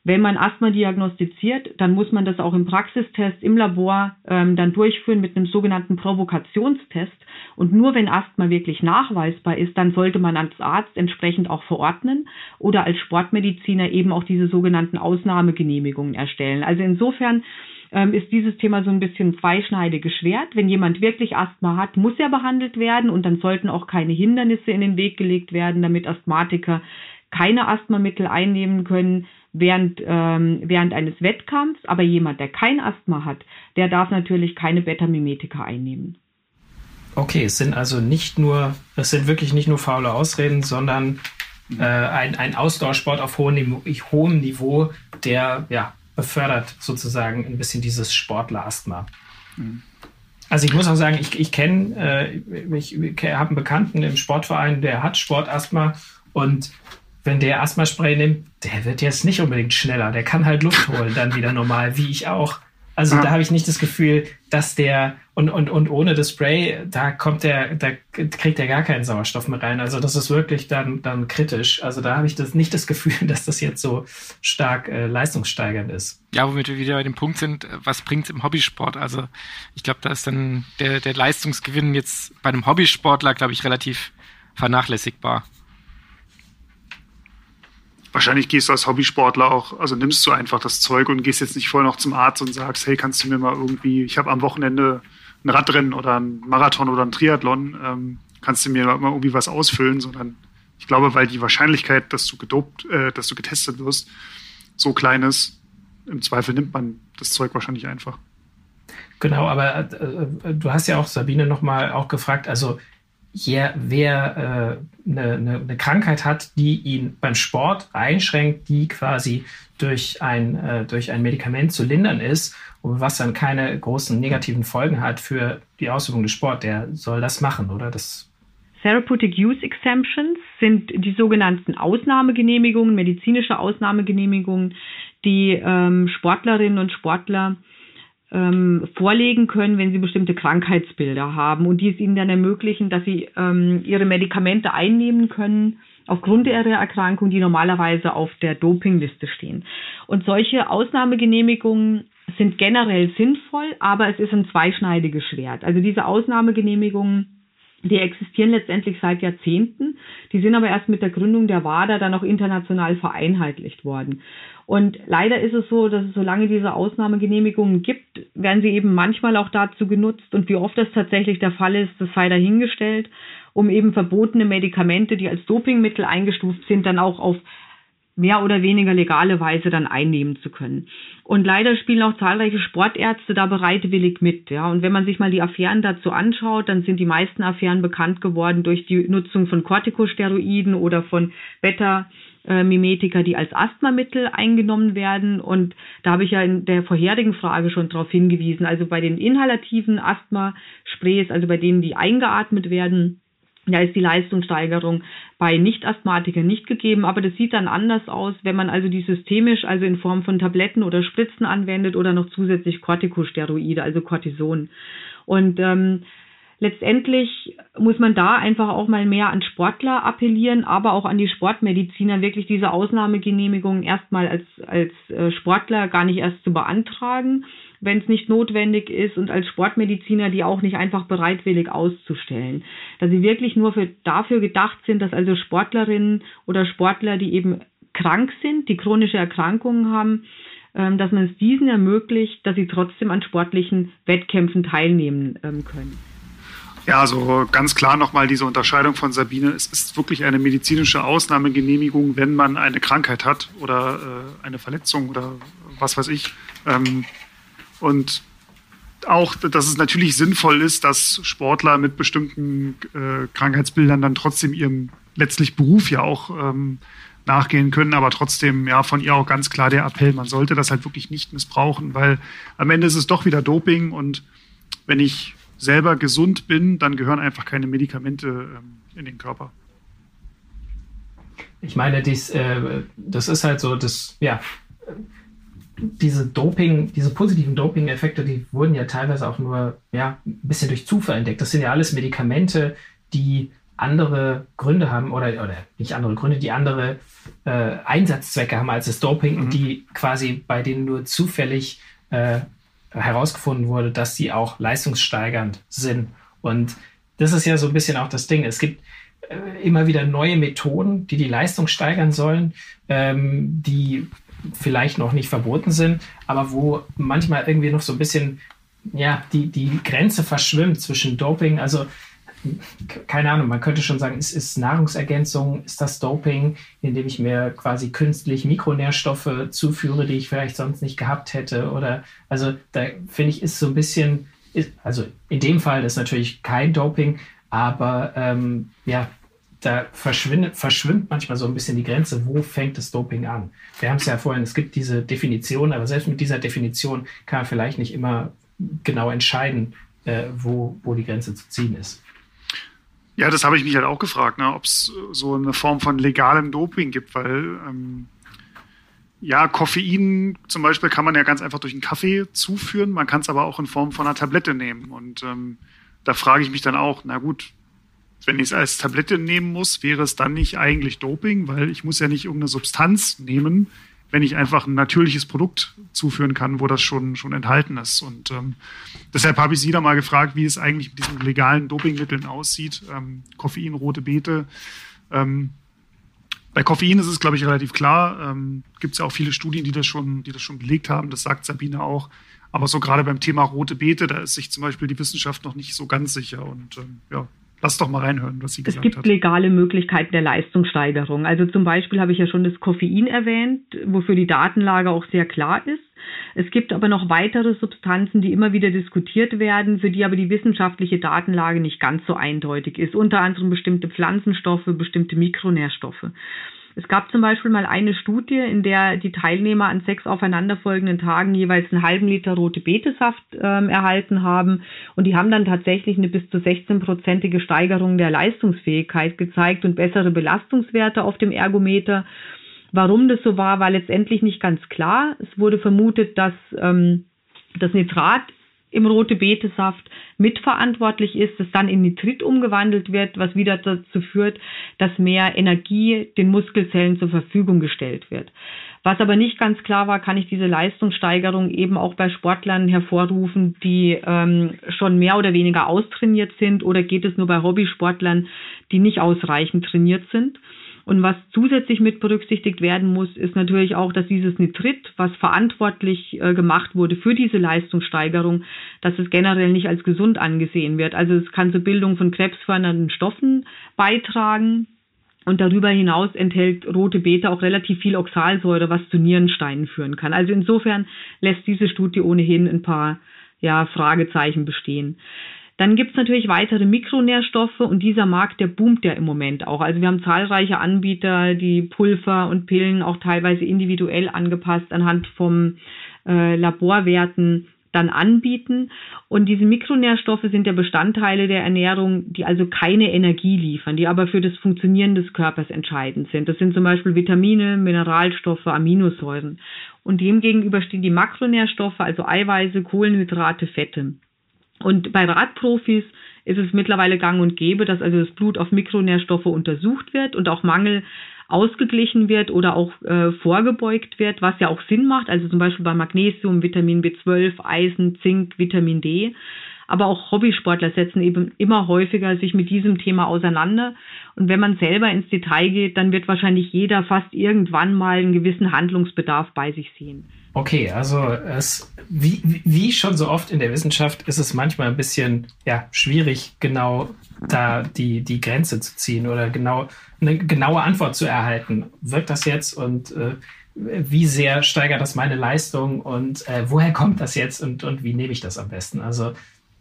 Wenn man Asthma diagnostiziert, dann muss man das auch im Praxistest im Labor dann durchführen mit einem sogenannten Provokationstest. Und nur wenn Asthma wirklich nachweisbar ist, dann sollte man als Arzt entsprechend auch verordnen oder als Sportmediziner eben auch diese sogenannten Ausnahmegenehmigungen erstellen. Also insofern ist dieses Thema so ein bisschen zweischneidiges Schwert. Wenn jemand wirklich Asthma hat, muss er behandelt werden und dann sollten auch keine Hindernisse in den Weg gelegt werden, damit Asthmatiker keine Asthmamittel einnehmen können während eines Wettkampfs. Aber jemand, der kein Asthma hat, der darf natürlich keine Beta-Mimetika einnehmen. Okay, es sind wirklich nicht nur faule Ausreden, sondern ein Ausdauersport auf hohem Niveau, der befördert sozusagen ein bisschen dieses Sportler-Asthma. Also ich muss auch sagen, ich habe einen Bekannten im Sportverein, der hat Sportasthma und wenn der Asthmaspray nimmt, der wird jetzt nicht unbedingt schneller, der kann halt Luft holen dann wieder normal, wie ich auch. Also da habe ich nicht das Gefühl, dass der und ohne das Spray, da kriegt er gar keinen Sauerstoff mehr rein. Also das ist wirklich dann kritisch. Also da habe ich nicht das Gefühl, dass das jetzt so stark leistungssteigernd ist. Ja, womit wir wieder bei dem Punkt sind, was bringt es im Hobbysport? Also ich glaube, da ist dann der Leistungsgewinn jetzt bei einem Hobbysportler, glaube ich, relativ vernachlässigbar. Wahrscheinlich gehst du als Hobbysportler auch, also nimmst du einfach das Zeug und gehst jetzt nicht vorher noch zum Arzt und sagst, hey, kannst du mir mal irgendwie, ich habe am Wochenende ein Radrennen oder ein Marathon oder ein Triathlon, kannst du mir mal irgendwie was ausfüllen, sondern ich glaube, weil die Wahrscheinlichkeit, dass du getestet wirst, so klein ist, im Zweifel nimmt man das Zeug wahrscheinlich einfach. Genau, aber du hast ja auch Sabine nochmal auch gefragt, also wer eine Krankheit hat, die ihn beim Sport einschränkt, die quasi durch ein Medikament zu lindern ist und was dann keine großen negativen Folgen hat für die Ausübung des Sports, der soll das machen, oder? Therapeutic Use Exemptions sind die sogenannten Ausnahmegenehmigungen, medizinische Ausnahmegenehmigungen, die Sportlerinnen und Sportler vorlegen können, wenn sie bestimmte Krankheitsbilder haben und die es ihnen dann ermöglichen, dass sie ihre Medikamente einnehmen können aufgrund ihrer Erkrankung, die normalerweise auf der Dopingliste stehen. Und solche Ausnahmegenehmigungen sind generell sinnvoll, aber es ist ein zweischneidiges Schwert. Also diese Ausnahmegenehmigungen, die existieren letztendlich seit Jahrzehnten, die sind aber erst mit der Gründung der WADA dann auch international vereinheitlicht worden. Und leider ist es so, dass es, solange diese Ausnahmegenehmigungen gibt, werden sie eben manchmal auch dazu genutzt. Und wie oft das tatsächlich der Fall ist, das sei dahingestellt, um eben verbotene Medikamente, die als Dopingmittel eingestuft sind, dann auch auf mehr oder weniger legale Weise dann einnehmen zu können. Und leider spielen auch zahlreiche Sportärzte da bereitwillig mit. Ja. Und wenn man sich mal die Affären dazu anschaut, dann sind die meisten Affären bekannt geworden durch die Nutzung von Corticosteroiden oder von Beta-Mimetika, die als Asthmamittel eingenommen werden. Und da habe ich ja in der vorherigen Frage schon darauf hingewiesen. Also bei den inhalativen Asthma-Sprays, also bei denen, die eingeatmet werden, da ist die Leistungssteigerung bei Nicht-Asthmatikern nicht gegeben, aber das sieht dann anders aus, wenn man also die systemisch, also in Form von Tabletten oder Spritzen anwendet oder noch zusätzlich Corticosteroide, also Cortison. Und letztendlich muss man da einfach auch mal mehr an Sportler appellieren, aber auch an die Sportmediziner, wirklich diese Ausnahmegenehmigung erstmal als Sportler gar nicht erst zu beantragen, wenn es nicht notwendig ist, und als Sportmediziner die auch nicht einfach bereitwillig auszustellen. Dass sie wirklich nur dafür gedacht sind, dass also Sportlerinnen oder Sportler, die eben krank sind, die chronische Erkrankungen haben, dass man es diesen ermöglicht, dass sie trotzdem an sportlichen Wettkämpfen teilnehmen können. Ja, also ganz klar nochmal diese Unterscheidung von Sabine. Es ist wirklich eine medizinische Ausnahmegenehmigung, wenn man eine Krankheit hat oder eine Verletzung oder was weiß ich. Und auch, dass es natürlich sinnvoll ist, dass Sportler mit bestimmten Krankheitsbildern dann trotzdem ihrem letztlich Beruf ja auch nachgehen können, aber trotzdem ja von ihr auch ganz klar der Appell, man sollte das halt wirklich nicht missbrauchen, weil am Ende ist es doch wieder Doping und wenn ich selber gesund bin, dann gehören einfach keine Medikamente in den Körper. Ich meine, das ist halt so, diese positiven Doping-Effekte, die wurden ja teilweise auch nur ein bisschen durch Zufall entdeckt. Das sind ja alles Medikamente, die andere Gründe haben oder nicht andere Gründe, die andere Einsatzzwecke haben als das Doping und die quasi bei denen nur zufällig herausgefunden wurde, dass die auch leistungssteigernd sind. Und das ist ja so ein bisschen auch das Ding. Es gibt immer wieder neue Methoden, die Leistung steigern sollen, die vielleicht noch nicht verboten sind, aber wo manchmal irgendwie noch so ein bisschen die Grenze verschwimmt zwischen Doping, also keine Ahnung, man könnte schon sagen, es ist Nahrungsergänzung, ist das Doping, indem ich mir quasi künstlich Mikronährstoffe zuführe, die ich vielleicht sonst nicht gehabt hätte, oder, also da finde ich, ist so ein bisschen, also in dem Fall ist natürlich kein Doping, aber da verschwimmt manchmal so ein bisschen die Grenze, wo fängt das Doping an? Wir haben es ja vorhin, es gibt diese Definition, aber selbst mit dieser Definition kann man vielleicht nicht immer genau entscheiden, wo die Grenze zu ziehen ist. Ja, das habe ich mich halt auch gefragt, ne, ob es so eine Form von legalem Doping gibt, weil Koffein zum Beispiel kann man ja ganz einfach durch einen Kaffee zuführen, man kann es aber auch in Form von einer Tablette nehmen. Und da frage ich mich dann auch, na gut, wenn ich es als Tablette nehmen muss, wäre es dann nicht eigentlich Doping, weil ich muss ja nicht irgendeine Substanz nehmen, wenn ich einfach ein natürliches Produkt zuführen kann, wo das schon enthalten ist. Und deshalb habe ich Sie da mal gefragt, wie es eigentlich mit diesen legalen Dopingmitteln aussieht. Koffein, rote Beete. Bei Koffein ist es, glaube ich, relativ klar. Gibt es ja auch viele Studien, die das schon belegt haben. Das sagt Sabine auch. Aber so gerade beim Thema rote Beete, da ist sich zum Beispiel die Wissenschaft noch nicht so ganz sicher. Und lass doch mal reinhören, was sie gesagt hat. Es gibt legale Möglichkeiten der Leistungssteigerung. Also zum Beispiel habe ich ja schon das Koffein erwähnt, wofür die Datenlage auch sehr klar ist. Es gibt aber noch weitere Substanzen, die immer wieder diskutiert werden, für die aber die wissenschaftliche Datenlage nicht ganz so eindeutig ist. Unter anderem bestimmte Pflanzenstoffe, bestimmte Mikronährstoffe. Es gab zum Beispiel mal eine Studie, in der die Teilnehmer an 6 aufeinanderfolgenden Tagen jeweils einen halben Liter rote Betesaft erhalten haben. Und die haben dann tatsächlich eine bis zu 16-prozentige Steigerung der Leistungsfähigkeit gezeigt und bessere Belastungswerte auf dem Ergometer. Warum das so war letztendlich nicht ganz klar. Es wurde vermutet, dass das Nitrat im rote Betesaft mitverantwortlich ist, das dann in Nitrit umgewandelt wird, was wieder dazu führt, dass mehr Energie den Muskelzellen zur Verfügung gestellt wird. Was aber nicht ganz klar war, kann ich diese Leistungssteigerung eben auch bei Sportlern hervorrufen, die schon mehr oder weniger austrainiert sind, oder geht es nur bei Hobbysportlern, die nicht ausreichend trainiert sind? Und was zusätzlich mit berücksichtigt werden muss, ist natürlich auch, dass dieses Nitrit, was verantwortlich gemacht wurde für diese Leistungssteigerung, dass es generell nicht als gesund angesehen wird. Also es kann zur Bildung von krebsfördernden Stoffen beitragen. Und darüber hinaus enthält rote Beete auch relativ viel Oxalsäure, was zu Nierensteinen führen kann. Also insofern lässt diese Studie ohnehin ein paar Fragezeichen bestehen. Dann gibt es natürlich weitere Mikronährstoffe, und dieser Markt, der boomt ja im Moment auch. Also wir haben zahlreiche Anbieter, die Pulver und Pillen auch teilweise individuell angepasst anhand von Laborwerten dann anbieten. Und diese Mikronährstoffe sind ja Bestandteile der Ernährung, die also keine Energie liefern, die aber für das Funktionieren des Körpers entscheidend sind. Das sind zum Beispiel Vitamine, Mineralstoffe, Aminosäuren. Und demgegenüber stehen die Makronährstoffe, also Eiweiße, Kohlenhydrate, Fette. Und bei Radprofis ist es mittlerweile gang und gäbe, dass also das Blut auf Mikronährstoffe untersucht wird und auch Mangel ausgeglichen wird oder auch vorgebeugt wird, was ja auch Sinn macht, also zum Beispiel bei Magnesium, Vitamin B12, Eisen, Zink, Vitamin D. Aber auch Hobbysportler setzen eben immer häufiger sich mit diesem Thema auseinander. Und wenn man selber ins Detail geht, dann wird wahrscheinlich jeder fast irgendwann mal einen gewissen Handlungsbedarf bei sich sehen. Okay, also wie schon so oft in der Wissenschaft ist es manchmal ein bisschen schwierig, genau da die Grenze zu ziehen oder genau eine genaue Antwort zu erhalten. Wirkt das jetzt und wie sehr steigert das meine Leistung und woher kommt das jetzt und wie nehme ich das am besten? Also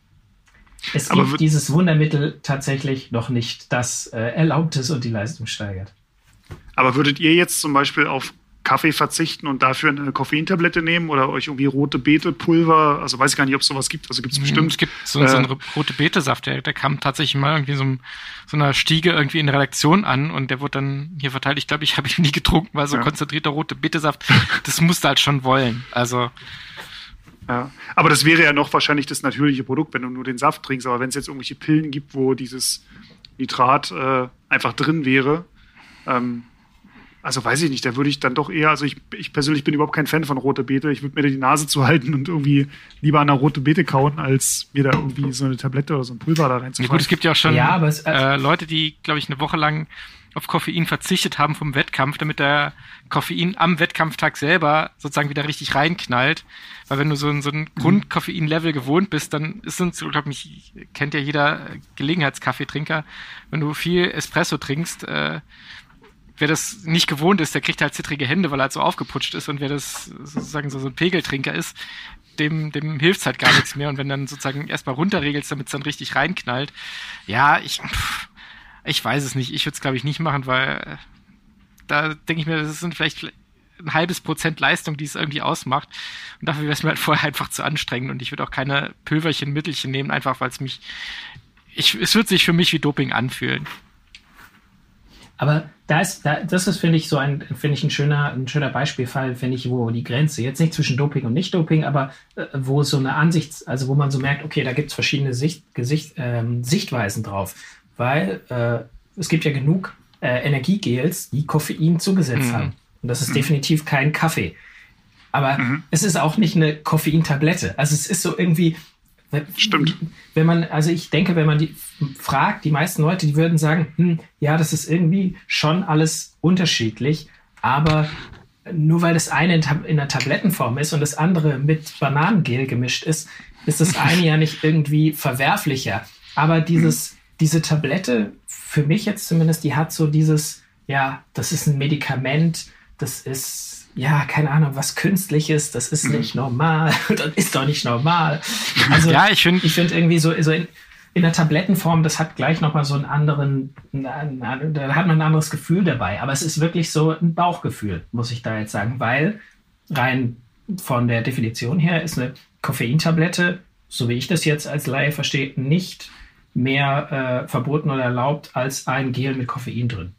es gibt dieses Wundermittel tatsächlich noch nicht, das erlaubt ist und die Leistung steigert. Aber würdet ihr jetzt zum Beispiel auf Kaffee verzichten und dafür eine Koffeintablette nehmen oder euch irgendwie rote Beete-Pulver, also weiß ich gar nicht, ob es sowas gibt, also gibt es bestimmt. Es gibt so einen rote Beete-Saft, der kam tatsächlich mal irgendwie so einer Stiege irgendwie in der Redaktion an und der wurde dann hier verteilt. Ich glaube, ich habe ihn nie getrunken, weil so konzentrierter rote Beete-Saft, das musst du halt schon wollen, also. Ja, aber das wäre ja noch wahrscheinlich das natürliche Produkt, wenn du nur den Saft trinkst, aber wenn es jetzt irgendwelche Pillen gibt, wo dieses Nitrat einfach drin wäre. Also weiß ich nicht, da würde ich dann doch eher, also ich persönlich bin überhaupt kein Fan von rote Beete. Ich würde mir da die Nase zuhalten und irgendwie lieber an einer rote Beete kauen, als mir da irgendwie so eine Tablette oder so ein Pulver da reinzufahren. Ja, gut, es gibt ja auch schon aber Leute, die, glaube ich, eine Woche lang auf Koffein verzichtet haben vom Wettkampf, damit der Koffein am Wettkampftag selber sozusagen wieder richtig reinknallt. Weil wenn du so ein Grundkoffein-Level gewohnt bist, dann ist es, glaube ich, kennt ja jeder Gelegenheitskaffeetrinker, wenn du viel Espresso trinkst, wer das nicht gewohnt ist, der kriegt halt zittrige Hände, weil er halt so aufgeputscht ist, und wer das sozusagen so ein Pegeltrinker ist, dem hilft's halt gar nichts mehr, und wenn dann sozusagen erstmal runterregelst, damit es dann richtig reinknallt, ja, ich weiß es nicht, ich würde es glaube ich nicht machen, weil da denke ich mir, das sind vielleicht ein halbes % Leistung, die es irgendwie ausmacht, und dafür wäre es mir halt vorher einfach zu anstrengend, und ich würde auch keine Pülverchen, Mittelchen nehmen, einfach weil es wird sich für mich wie Doping anfühlen. Aber das ist, finde ich, ein schöner Beispielfall, finde ich, wo die Grenze, jetzt nicht zwischen Doping und Nicht-Doping, aber wo so eine also wo man so merkt, okay, da gibt es verschiedene Sichtweisen drauf. Weil es gibt ja genug Energiegels, die Koffein zugesetzt haben. Und das ist definitiv kein Kaffee. Aber es ist auch nicht eine Koffeintablette. Also es ist so irgendwie... Stimmt. Ich denke, wenn man die fragt, die meisten Leute, die würden sagen, ja, das ist irgendwie schon alles unterschiedlich, aber nur weil das eine in der Tablettenform ist und das andere mit Bananengel gemischt ist das eine ja nicht irgendwie verwerflicher. Aber diese Tablette, für mich jetzt zumindest, die hat so dieses, ja, das ist ein Medikament, das ist, ja, keine Ahnung, was Künstliches, das ist nicht normal, das ist doch nicht normal. Also ja, ich finde irgendwie so in der Tablettenform, das hat gleich nochmal so da hat man ein anderes Gefühl dabei. Aber es ist wirklich so ein Bauchgefühl, muss ich da jetzt sagen, weil rein von der Definition her ist eine Koffeintablette, so wie ich das jetzt als Laie verstehe, nicht mehr verboten oder erlaubt als ein Gel mit Koffein drin.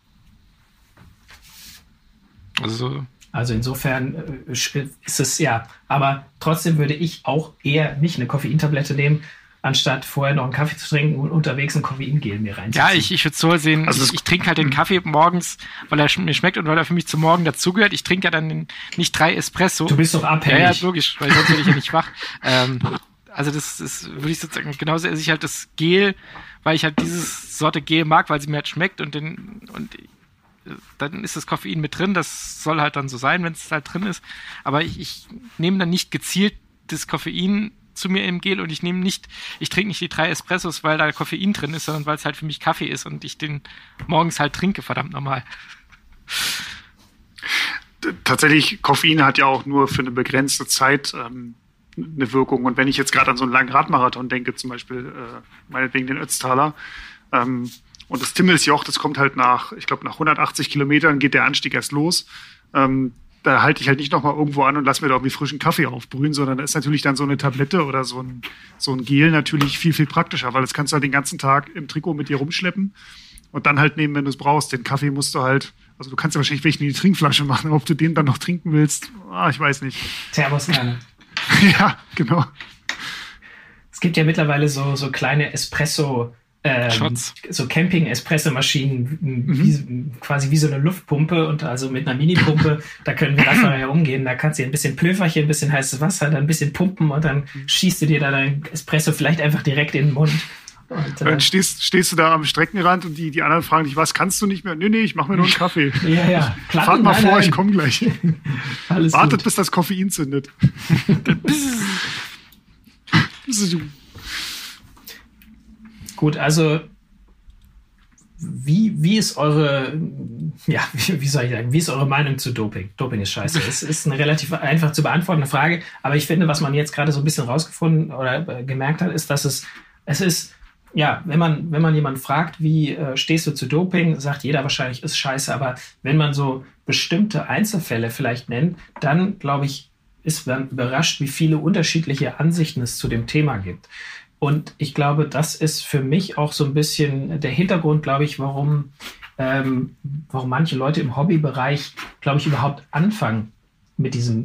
Also insofern ist es, ja, aber trotzdem würde ich auch eher nicht eine Koffeintablette nehmen, anstatt vorher noch einen Kaffee zu trinken und unterwegs ein Koffeingel mir reinzuziehen. Ja, ich würde es so sehen, also ich trinke halt den Kaffee morgens, weil er mir schmeckt und weil er für mich zum Morgen dazugehört. Ich trinke ja dann nicht 3 Espresso. Du bist doch abhängig. Ja, logisch, weil sonst werde ich ja nicht wach. Also das würde ich sozusagen, genauso esse ich halt das Gel, weil ich halt dieses Sorte Gel mag, weil sie mir halt schmeckt, und dann ist das Koffein mit drin, das soll halt dann so sein, wenn es halt drin ist, aber ich nehme dann nicht gezielt das Koffein zu mir im Gel, und ich trinke nicht die 3 Espressos, weil da Koffein drin ist, sondern weil es halt für mich Kaffee ist und ich den morgens halt trinke, verdammt normal. Tatsächlich, Koffein hat ja auch nur für eine begrenzte Zeit eine Wirkung, und wenn ich jetzt gerade an so einen langen Radmarathon denke, zum Beispiel meinetwegen den Ötztaler, und das Timmelsjoch, das kommt halt nach 180 Kilometern geht der Anstieg erst los. Da halte ich halt nicht nochmal irgendwo an und lasse mir da irgendwie frischen Kaffee aufbrühen, sondern da ist natürlich dann so eine Tablette oder so ein Gel natürlich viel, viel praktischer, weil das kannst du halt den ganzen Tag im Trikot mit dir rumschleppen und dann halt nehmen, wenn du es brauchst. Den Kaffee musst du halt, also du kannst ja wahrscheinlich welchen in die Trinkflasche machen, aber ob du den dann noch trinken willst, ich weiß nicht. Thermoskanne. Ja, genau. Es gibt ja mittlerweile so kleine Espresso- so Camping-Espresso-Maschinen, quasi wie so eine Luftpumpe, und also mit einer Minipumpe, da können wir Radfahrer herumgehen, da kannst du ein bisschen Pülverchen, ein bisschen heißes Wasser, dann ein bisschen pumpen, und dann schießt du dir da dein Espresso vielleicht einfach direkt in den Mund. Und dann stehst du da am Streckenrand und die anderen fragen dich, was kannst du nicht mehr? Nee, ich mache mir nur einen Kaffee. Ja. Fahrt mal vor, ich komme gleich. Alles Wartet, gut. bis das Koffein zündet. Gut, also wie ist eure, wie soll ich sagen, wie ist eure Meinung zu Doping? Doping ist scheiße. Es ist eine relativ einfach zu beantwortende Frage, aber ich finde, was man jetzt gerade so ein bisschen rausgefunden oder gemerkt hat, ist, dass es ist, ja, wenn man jemanden fragt, wie stehst du zu Doping, sagt jeder wahrscheinlich, ist scheiße, aber wenn man so bestimmte Einzelfälle vielleicht nennt, dann, glaube ich, ist man überrascht, wie viele unterschiedliche Ansichten es zu dem Thema gibt. Und ich glaube, das ist für mich auch so ein bisschen der Hintergrund, glaube ich, warum manche Leute im Hobbybereich, glaube ich, überhaupt anfangen mit diesem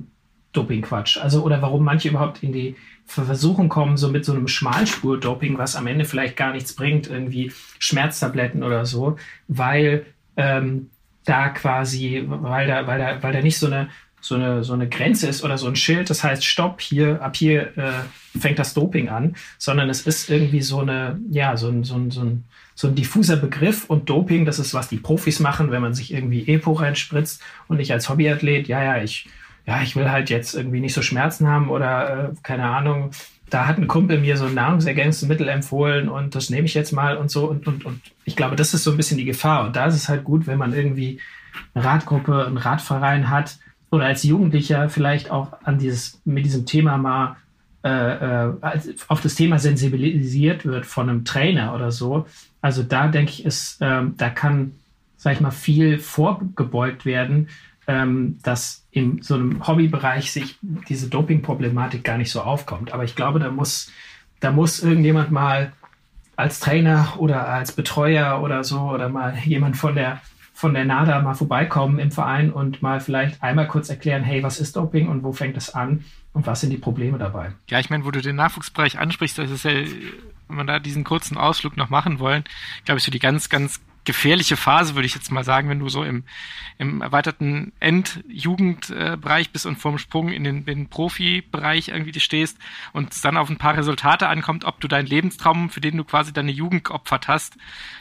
Doping-Quatsch. Also, oder warum manche überhaupt in die Versuchung kommen, so mit so einem Schmalspur-Doping, was am Ende vielleicht gar nichts bringt, irgendwie Schmerztabletten oder so, weil da quasi, weil da nicht so eine Grenze ist oder so ein Schild, das heißt, stopp, ab hier fängt das Doping an, sondern es ist irgendwie so ein diffuser Begriff, und Doping, das ist, was die Profis machen, wenn man sich irgendwie EPO reinspritzt, und ich als Hobbyathlet, ich will halt jetzt irgendwie nicht so Schmerzen haben oder keine Ahnung, da hat ein Kumpel mir so ein Nahrungsergänzungsmittel empfohlen und das nehme ich jetzt mal und so, und ich glaube, das ist so ein bisschen die Gefahr, und da ist es halt gut, wenn man irgendwie eine Radgruppe, einen Radverein hat oder als Jugendlicher vielleicht auch mit diesem Thema mal auf das Thema sensibilisiert wird von einem Trainer oder so. Also da denke ich, da kann, sag ich mal, viel vorgebeugt werden, dass in so einem Hobbybereich sich diese Doping-Problematik gar nicht so aufkommt. Aber ich glaube, da muss irgendjemand mal als Trainer oder als Betreuer oder so oder mal jemand von der NADA mal vorbeikommen im Verein und mal vielleicht einmal kurz erklären, hey, was ist Doping und wo fängt es an und was sind die Probleme dabei? Ja, ich meine, wo du den Nachwuchsbereich ansprichst, das ist ja, wenn wir da diesen kurzen Ausflug noch machen wollen, glaube ich, so die ganz, ganz gefährliche Phase, würde ich jetzt mal sagen, wenn du so im erweiterten Endjugendbereich bist und vorm Sprung in den Profibereich irgendwie stehst und es dann auf ein paar Resultate ankommt, ob du deinen Lebenstraum, für den du quasi deine Jugend geopfert hast,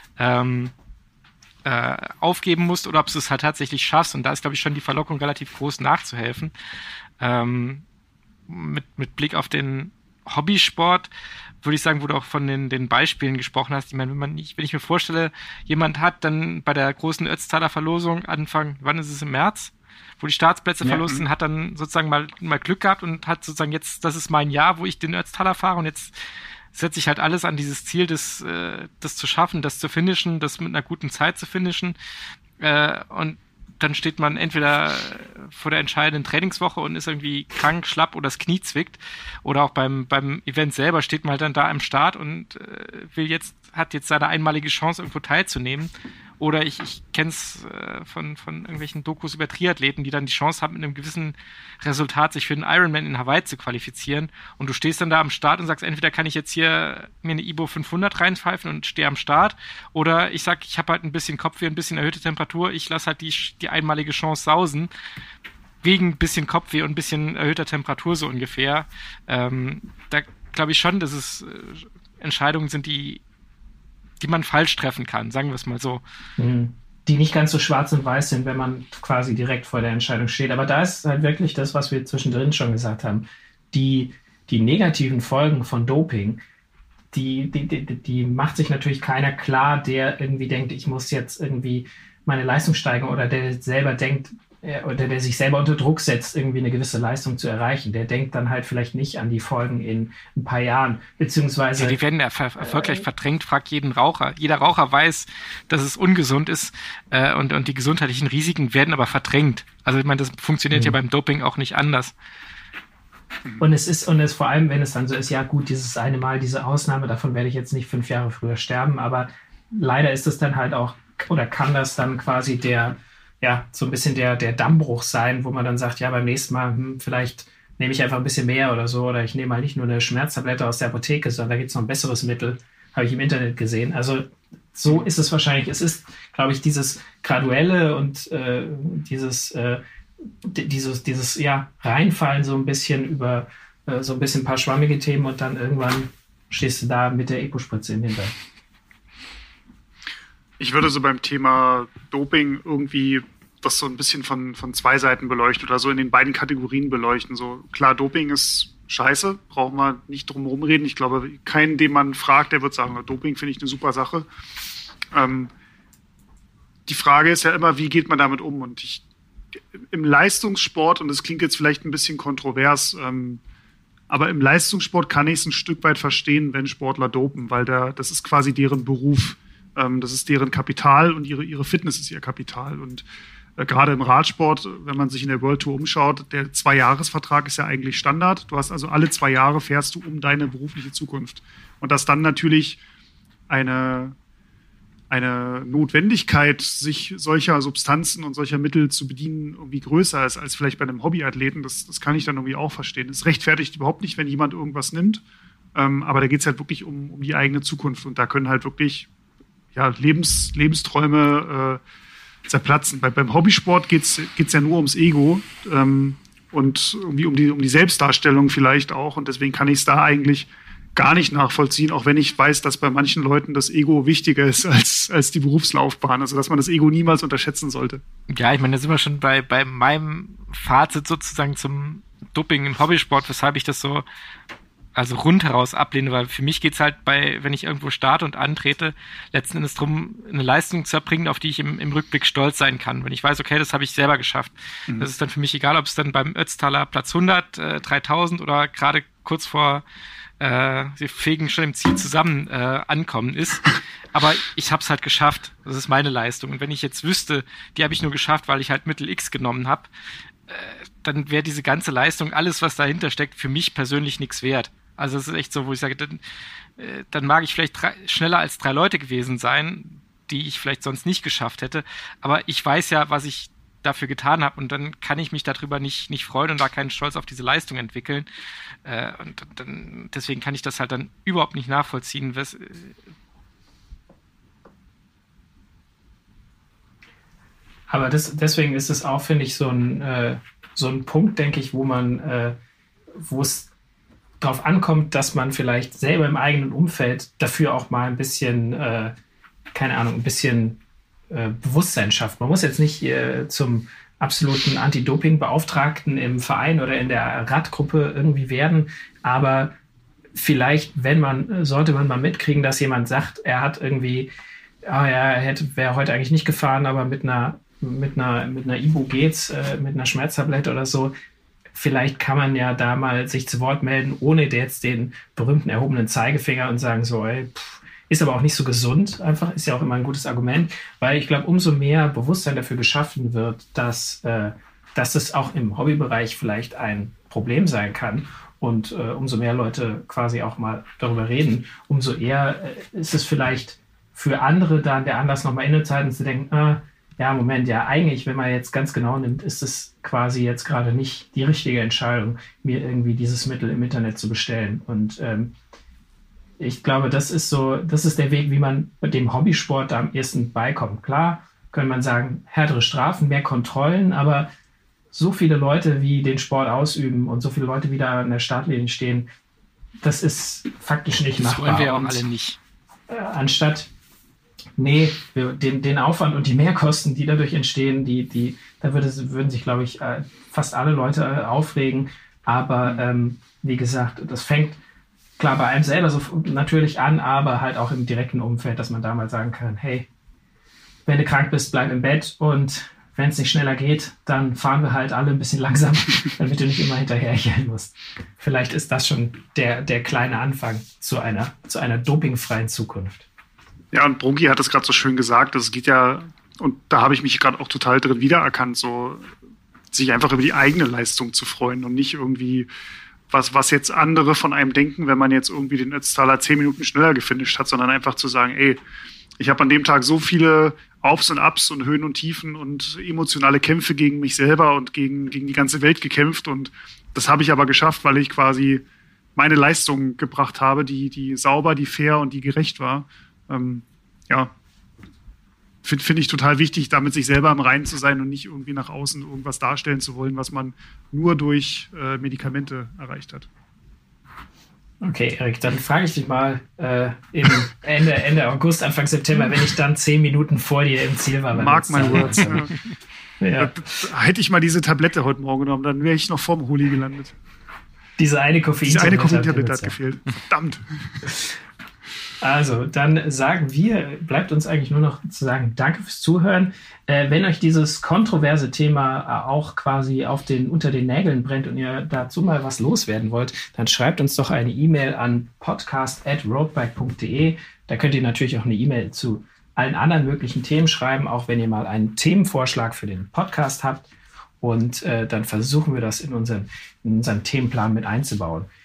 aufgeben musst oder ob du es halt tatsächlich schaffst. Und da ist, glaube ich, schon die Verlockung relativ groß nachzuhelfen. Mit Blick auf den Hobbysport würde ich sagen, wo du auch von den Beispielen gesprochen hast. Ich meine, wenn ich mir vorstelle, jemand hat dann bei der großen Ötztaler Verlosung wann ist es, im März, wo die Startplätze verlost sind, hat dann sozusagen mal Glück gehabt und hat sozusagen jetzt, das ist mein Jahr, wo ich den Ötztaler fahre, und jetzt setze ich halt alles an dieses Ziel, das zu schaffen, das zu finishen, das mit einer guten Zeit zu finishen, und dann steht man entweder vor der entscheidenden Trainingswoche und ist irgendwie krank, schlapp oder das Knie zwickt, oder auch beim Event selber steht man halt dann da am Start und hat jetzt seine einmalige Chance, irgendwo teilzunehmen. Oder ich kenne es von irgendwelchen Dokus über Triathleten, die dann die Chance haben, mit einem gewissen Resultat sich für den Ironman in Hawaii zu qualifizieren. Und du stehst dann da am Start und sagst, entweder kann ich jetzt hier mir eine Ibo 500 reinpfeifen und stehe am Start, oder ich sag, ich habe halt ein bisschen Kopfweh, ein bisschen erhöhte Temperatur, ich lasse halt die einmalige Chance sausen, wegen ein bisschen Kopfweh und ein bisschen erhöhter Temperatur so ungefähr. Da glaube ich schon, dass es Entscheidungen sind, die man falsch treffen kann, sagen wir es mal so. Die nicht ganz so schwarz und weiß sind, wenn man quasi direkt vor der Entscheidung steht. Aber da ist halt wirklich das, was wir zwischendrin schon gesagt haben. Die negativen Folgen von Doping, die macht sich natürlich keiner klar, der irgendwie denkt, ich muss jetzt irgendwie meine Leistung steigern, oder der selber denkt, oder der sich selber unter Druck setzt, irgendwie eine gewisse Leistung zu erreichen. Der denkt dann halt vielleicht nicht an die Folgen in ein paar Jahren, beziehungsweise... Ja, die werden erfolgreich verdrängt, fragt jeden Raucher. Jeder Raucher weiß, dass es ungesund ist, und die gesundheitlichen Risiken werden aber verdrängt. Also ich meine, das funktioniert ja beim Doping auch nicht anders. Und es vor allem, wenn es dann so ist, ja gut, dieses eine Mal, diese Ausnahme, davon werde ich jetzt nicht 5 Jahre früher sterben, aber leider ist es dann halt auch, oder kann das dann quasi so ein bisschen der Dammbruch sein, wo man dann sagt, ja, beim nächsten Mal, vielleicht nehme ich einfach ein bisschen mehr oder so, oder ich nehme mal nicht nur eine Schmerztablette aus der Apotheke, sondern da gibt es noch ein besseres Mittel, habe ich im Internet gesehen. Also so ist es wahrscheinlich. Es ist, glaube ich, dieses Graduelle und dieses Reinfallen so ein bisschen über so ein bisschen ein paar schwammige Themen, und dann irgendwann stehst du da mit der EPO-Spritze im Hintern. Ich würde so beim Thema Doping irgendwie das so ein bisschen von 2 Seiten beleuchten oder so in den beiden Kategorien beleuchten. So klar, Doping ist scheiße, brauchen wir nicht drum herum reden. Ich glaube, keinen, den man fragt, der wird sagen, Doping finde ich eine super Sache. Die Frage ist ja immer, wie geht man damit um? Und im Leistungssport, und das klingt jetzt vielleicht ein bisschen kontrovers, aber im Leistungssport kann ich es ein Stück weit verstehen, wenn Sportler dopen, weil das ist quasi deren Beruf. Das ist deren Kapital, und ihre Fitness ist ihr Kapital. Und gerade im Radsport, wenn man sich in der World Tour umschaut, der 2-Jahres-Vertrag ist ja eigentlich Standard. Du hast also alle 2 Jahre fährst du um deine berufliche Zukunft. Und dass dann natürlich eine eine Notwendigkeit, sich solcher Substanzen und solcher Mittel zu bedienen, irgendwie größer ist als vielleicht bei einem Hobbyathleten. Das kann ich dann irgendwie auch verstehen. Es rechtfertigt überhaupt nicht, wenn jemand irgendwas nimmt. Aber da geht es halt wirklich um die eigene Zukunft. Und da können halt wirklich Lebensträume zerplatzen. Beim Hobbysport geht's ja nur ums Ego und irgendwie um die Selbstdarstellung vielleicht auch. Und deswegen kann ich es da eigentlich gar nicht nachvollziehen, auch wenn ich weiß, dass bei manchen Leuten das Ego wichtiger ist als die Berufslaufbahn. Also dass man das Ego niemals unterschätzen sollte. Ja, ich meine, da sind wir schon bei meinem Fazit sozusagen zum Doping im Hobbysport, weshalb ich das so rundheraus ablehne, weil für mich geht's halt wenn ich irgendwo starte und antrete, letzten Endes darum, eine Leistung zu erbringen, auf die ich im Rückblick stolz sein kann. Wenn ich weiß, okay, das habe ich selber geschafft. Mhm. Das ist dann für mich egal, ob es dann beim Ötztaler Platz 100, 3000 oder gerade kurz vor wir fegen schon im Ziel zusammen ankommen ist. Aber ich habe es halt geschafft. Das ist meine Leistung. Und wenn ich jetzt wüsste, die habe ich nur geschafft, weil ich halt Mittel X genommen habe, dann wäre diese ganze Leistung, alles, was dahinter steckt, für mich persönlich nichts wert. Also es ist echt so, wo ich sage, dann mag ich vielleicht schneller als 3 Leute gewesen sein, die ich vielleicht sonst nicht geschafft hätte. Aber ich weiß ja, was ich dafür getan habe und dann kann ich mich darüber nicht freuen und da keinen Stolz auf diese Leistung entwickeln. Und dann, deswegen kann ich das halt dann überhaupt nicht nachvollziehen. Aber deswegen ist es auch, finde ich, so ein Punkt, denke ich, wo es darauf ankommt, dass man vielleicht selber im eigenen Umfeld dafür auch mal ein bisschen, Bewusstsein schafft. Man muss jetzt nicht zum absoluten Anti-Doping-Beauftragten im Verein oder in der Radgruppe irgendwie werden, aber vielleicht, sollte man mal mitkriegen, dass jemand sagt, er hat irgendwie, wäre heute eigentlich nicht gefahren, aber mit einer Ibu geht's, mit einer Schmerztablette oder so. Vielleicht kann man ja da mal sich zu Wort melden, ohne jetzt den berühmten erhobenen Zeigefinger und sagen so, ist aber auch nicht so gesund, einfach, ist ja auch immer ein gutes Argument, weil ich glaube, umso mehr Bewusstsein dafür geschaffen wird, dass es auch im Hobbybereich vielleicht ein Problem sein kann und umso mehr Leute quasi auch mal darüber reden, umso eher ist es vielleicht für andere dann der Anlass, nochmal innezuhalten und zu denken, eigentlich, wenn man jetzt ganz genau nimmt, ist es quasi jetzt gerade nicht die richtige Entscheidung, mir irgendwie dieses Mittel im Internet zu bestellen. Und ich glaube, das ist der Weg, wie man dem Hobbysport da am ehesten beikommt. Klar, könnte man sagen, härtere Strafen, mehr Kontrollen, aber so viele Leute, wie den Sport ausüben und so viele Leute, wie da an der Startlinie stehen, das ist faktisch nicht machbar. Das wollen wir ja auch alle nicht. Anstatt den Aufwand und die Mehrkosten, die dadurch entstehen, da würden sich, glaube ich, fast alle Leute aufregen. Aber wie gesagt, das fängt klar bei einem selber so natürlich an, aber halt auch im direkten Umfeld, dass man da mal sagen kann, hey, wenn du krank bist, bleib im Bett und wenn es nicht schneller geht, dann fahren wir halt alle ein bisschen langsam, damit du nicht immer hinterherjellen musst. Vielleicht ist das schon der kleine Anfang zu einer dopingfreien Zukunft. Ja, und Brunki hat es gerade so schön gesagt, es geht ja, und da habe ich mich gerade auch total drin wiedererkannt, so sich einfach über die eigene Leistung zu freuen und nicht irgendwie was jetzt andere von einem denken, wenn man jetzt irgendwie den Ötztaler 10 Minuten schneller gefinisht hat, sondern einfach zu sagen, ich habe an dem Tag so viele Aufs und Abs und Höhen und Tiefen und emotionale Kämpfe gegen mich selber und gegen die ganze Welt gekämpft und das habe ich aber geschafft, weil ich quasi meine Leistung gebracht habe, die sauber, die fair und die gerecht war. Finde ich total wichtig, da mit sich selber im Reinen zu sein und nicht irgendwie nach außen irgendwas darstellen zu wollen, was man nur durch Medikamente erreicht hat. Okay, Erik, dann frage ich dich mal Ende August, Anfang September, wenn ich dann 10 Minuten vor dir im Ziel war. Mark my words. Ja. Hätte ich mal diese Tablette heute Morgen genommen, dann wäre ich noch vorm Holi gelandet. Diese eine Koffeintablette hat gefehlt. Verdammt. Also, dann bleibt uns eigentlich nur noch zu sagen, danke fürs Zuhören. Wenn euch dieses kontroverse Thema auch quasi unter den Nägeln brennt und ihr dazu mal was loswerden wollt, dann schreibt uns doch eine E-Mail an podcast@roadbike.de. Da könnt ihr natürlich auch eine E-Mail zu allen anderen möglichen Themen schreiben, auch wenn ihr mal einen Themenvorschlag für den Podcast habt. Und dann versuchen wir das in unseren Themenplan mit einzubauen.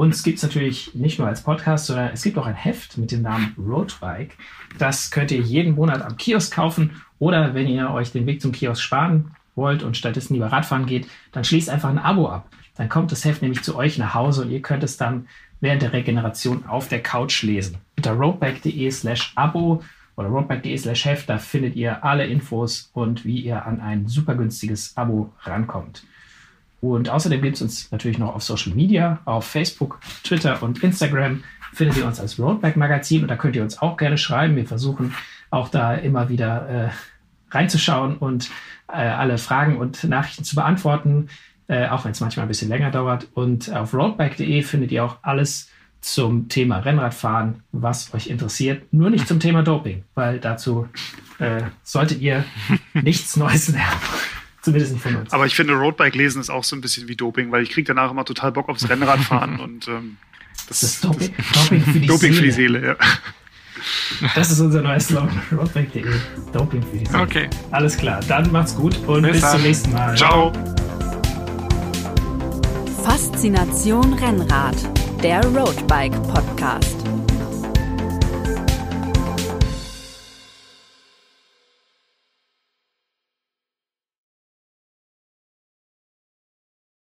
Uns gibt es natürlich nicht nur als Podcast, sondern es gibt auch ein Heft mit dem Namen Roadbike. Das könnt ihr jeden Monat am Kiosk kaufen oder wenn ihr euch den Weg zum Kiosk sparen wollt und stattdessen lieber Radfahren geht, dann schließt einfach ein Abo ab. Dann kommt das Heft nämlich zu euch nach Hause und ihr könnt es dann während der Regeneration auf der Couch lesen. Unter roadbike.de/Abo oder roadbike.de/Heft, da findet ihr alle Infos und wie ihr an ein super günstiges Abo rankommt. Und außerdem gibt es uns natürlich noch auf Social Media, auf Facebook, Twitter und Instagram findet ihr uns als Roadbike Magazin und da könnt ihr uns auch gerne schreiben. Wir versuchen auch da immer wieder reinzuschauen und alle Fragen und Nachrichten zu beantworten, auch wenn es manchmal ein bisschen länger dauert. Und auf roadbike.de findet ihr auch alles zum Thema Rennradfahren, was euch interessiert. Nur nicht zum Thema Doping, weil dazu solltet ihr nichts Neues lernen. Zumindest nicht von uns. Aber ich finde, Roadbike lesen ist auch so ein bisschen wie Doping, weil ich kriege danach immer total Bock aufs Rennradfahren. Und das ist Doping für die Doping Seele. Für die Seele, ja. Das ist unser neues Slogan. Roadbike.de. Doping für die Seele. Okay. Alles klar. Dann macht's gut und bis zum nächsten Mal. Ciao. Faszination Rennrad, der Roadbike Podcast.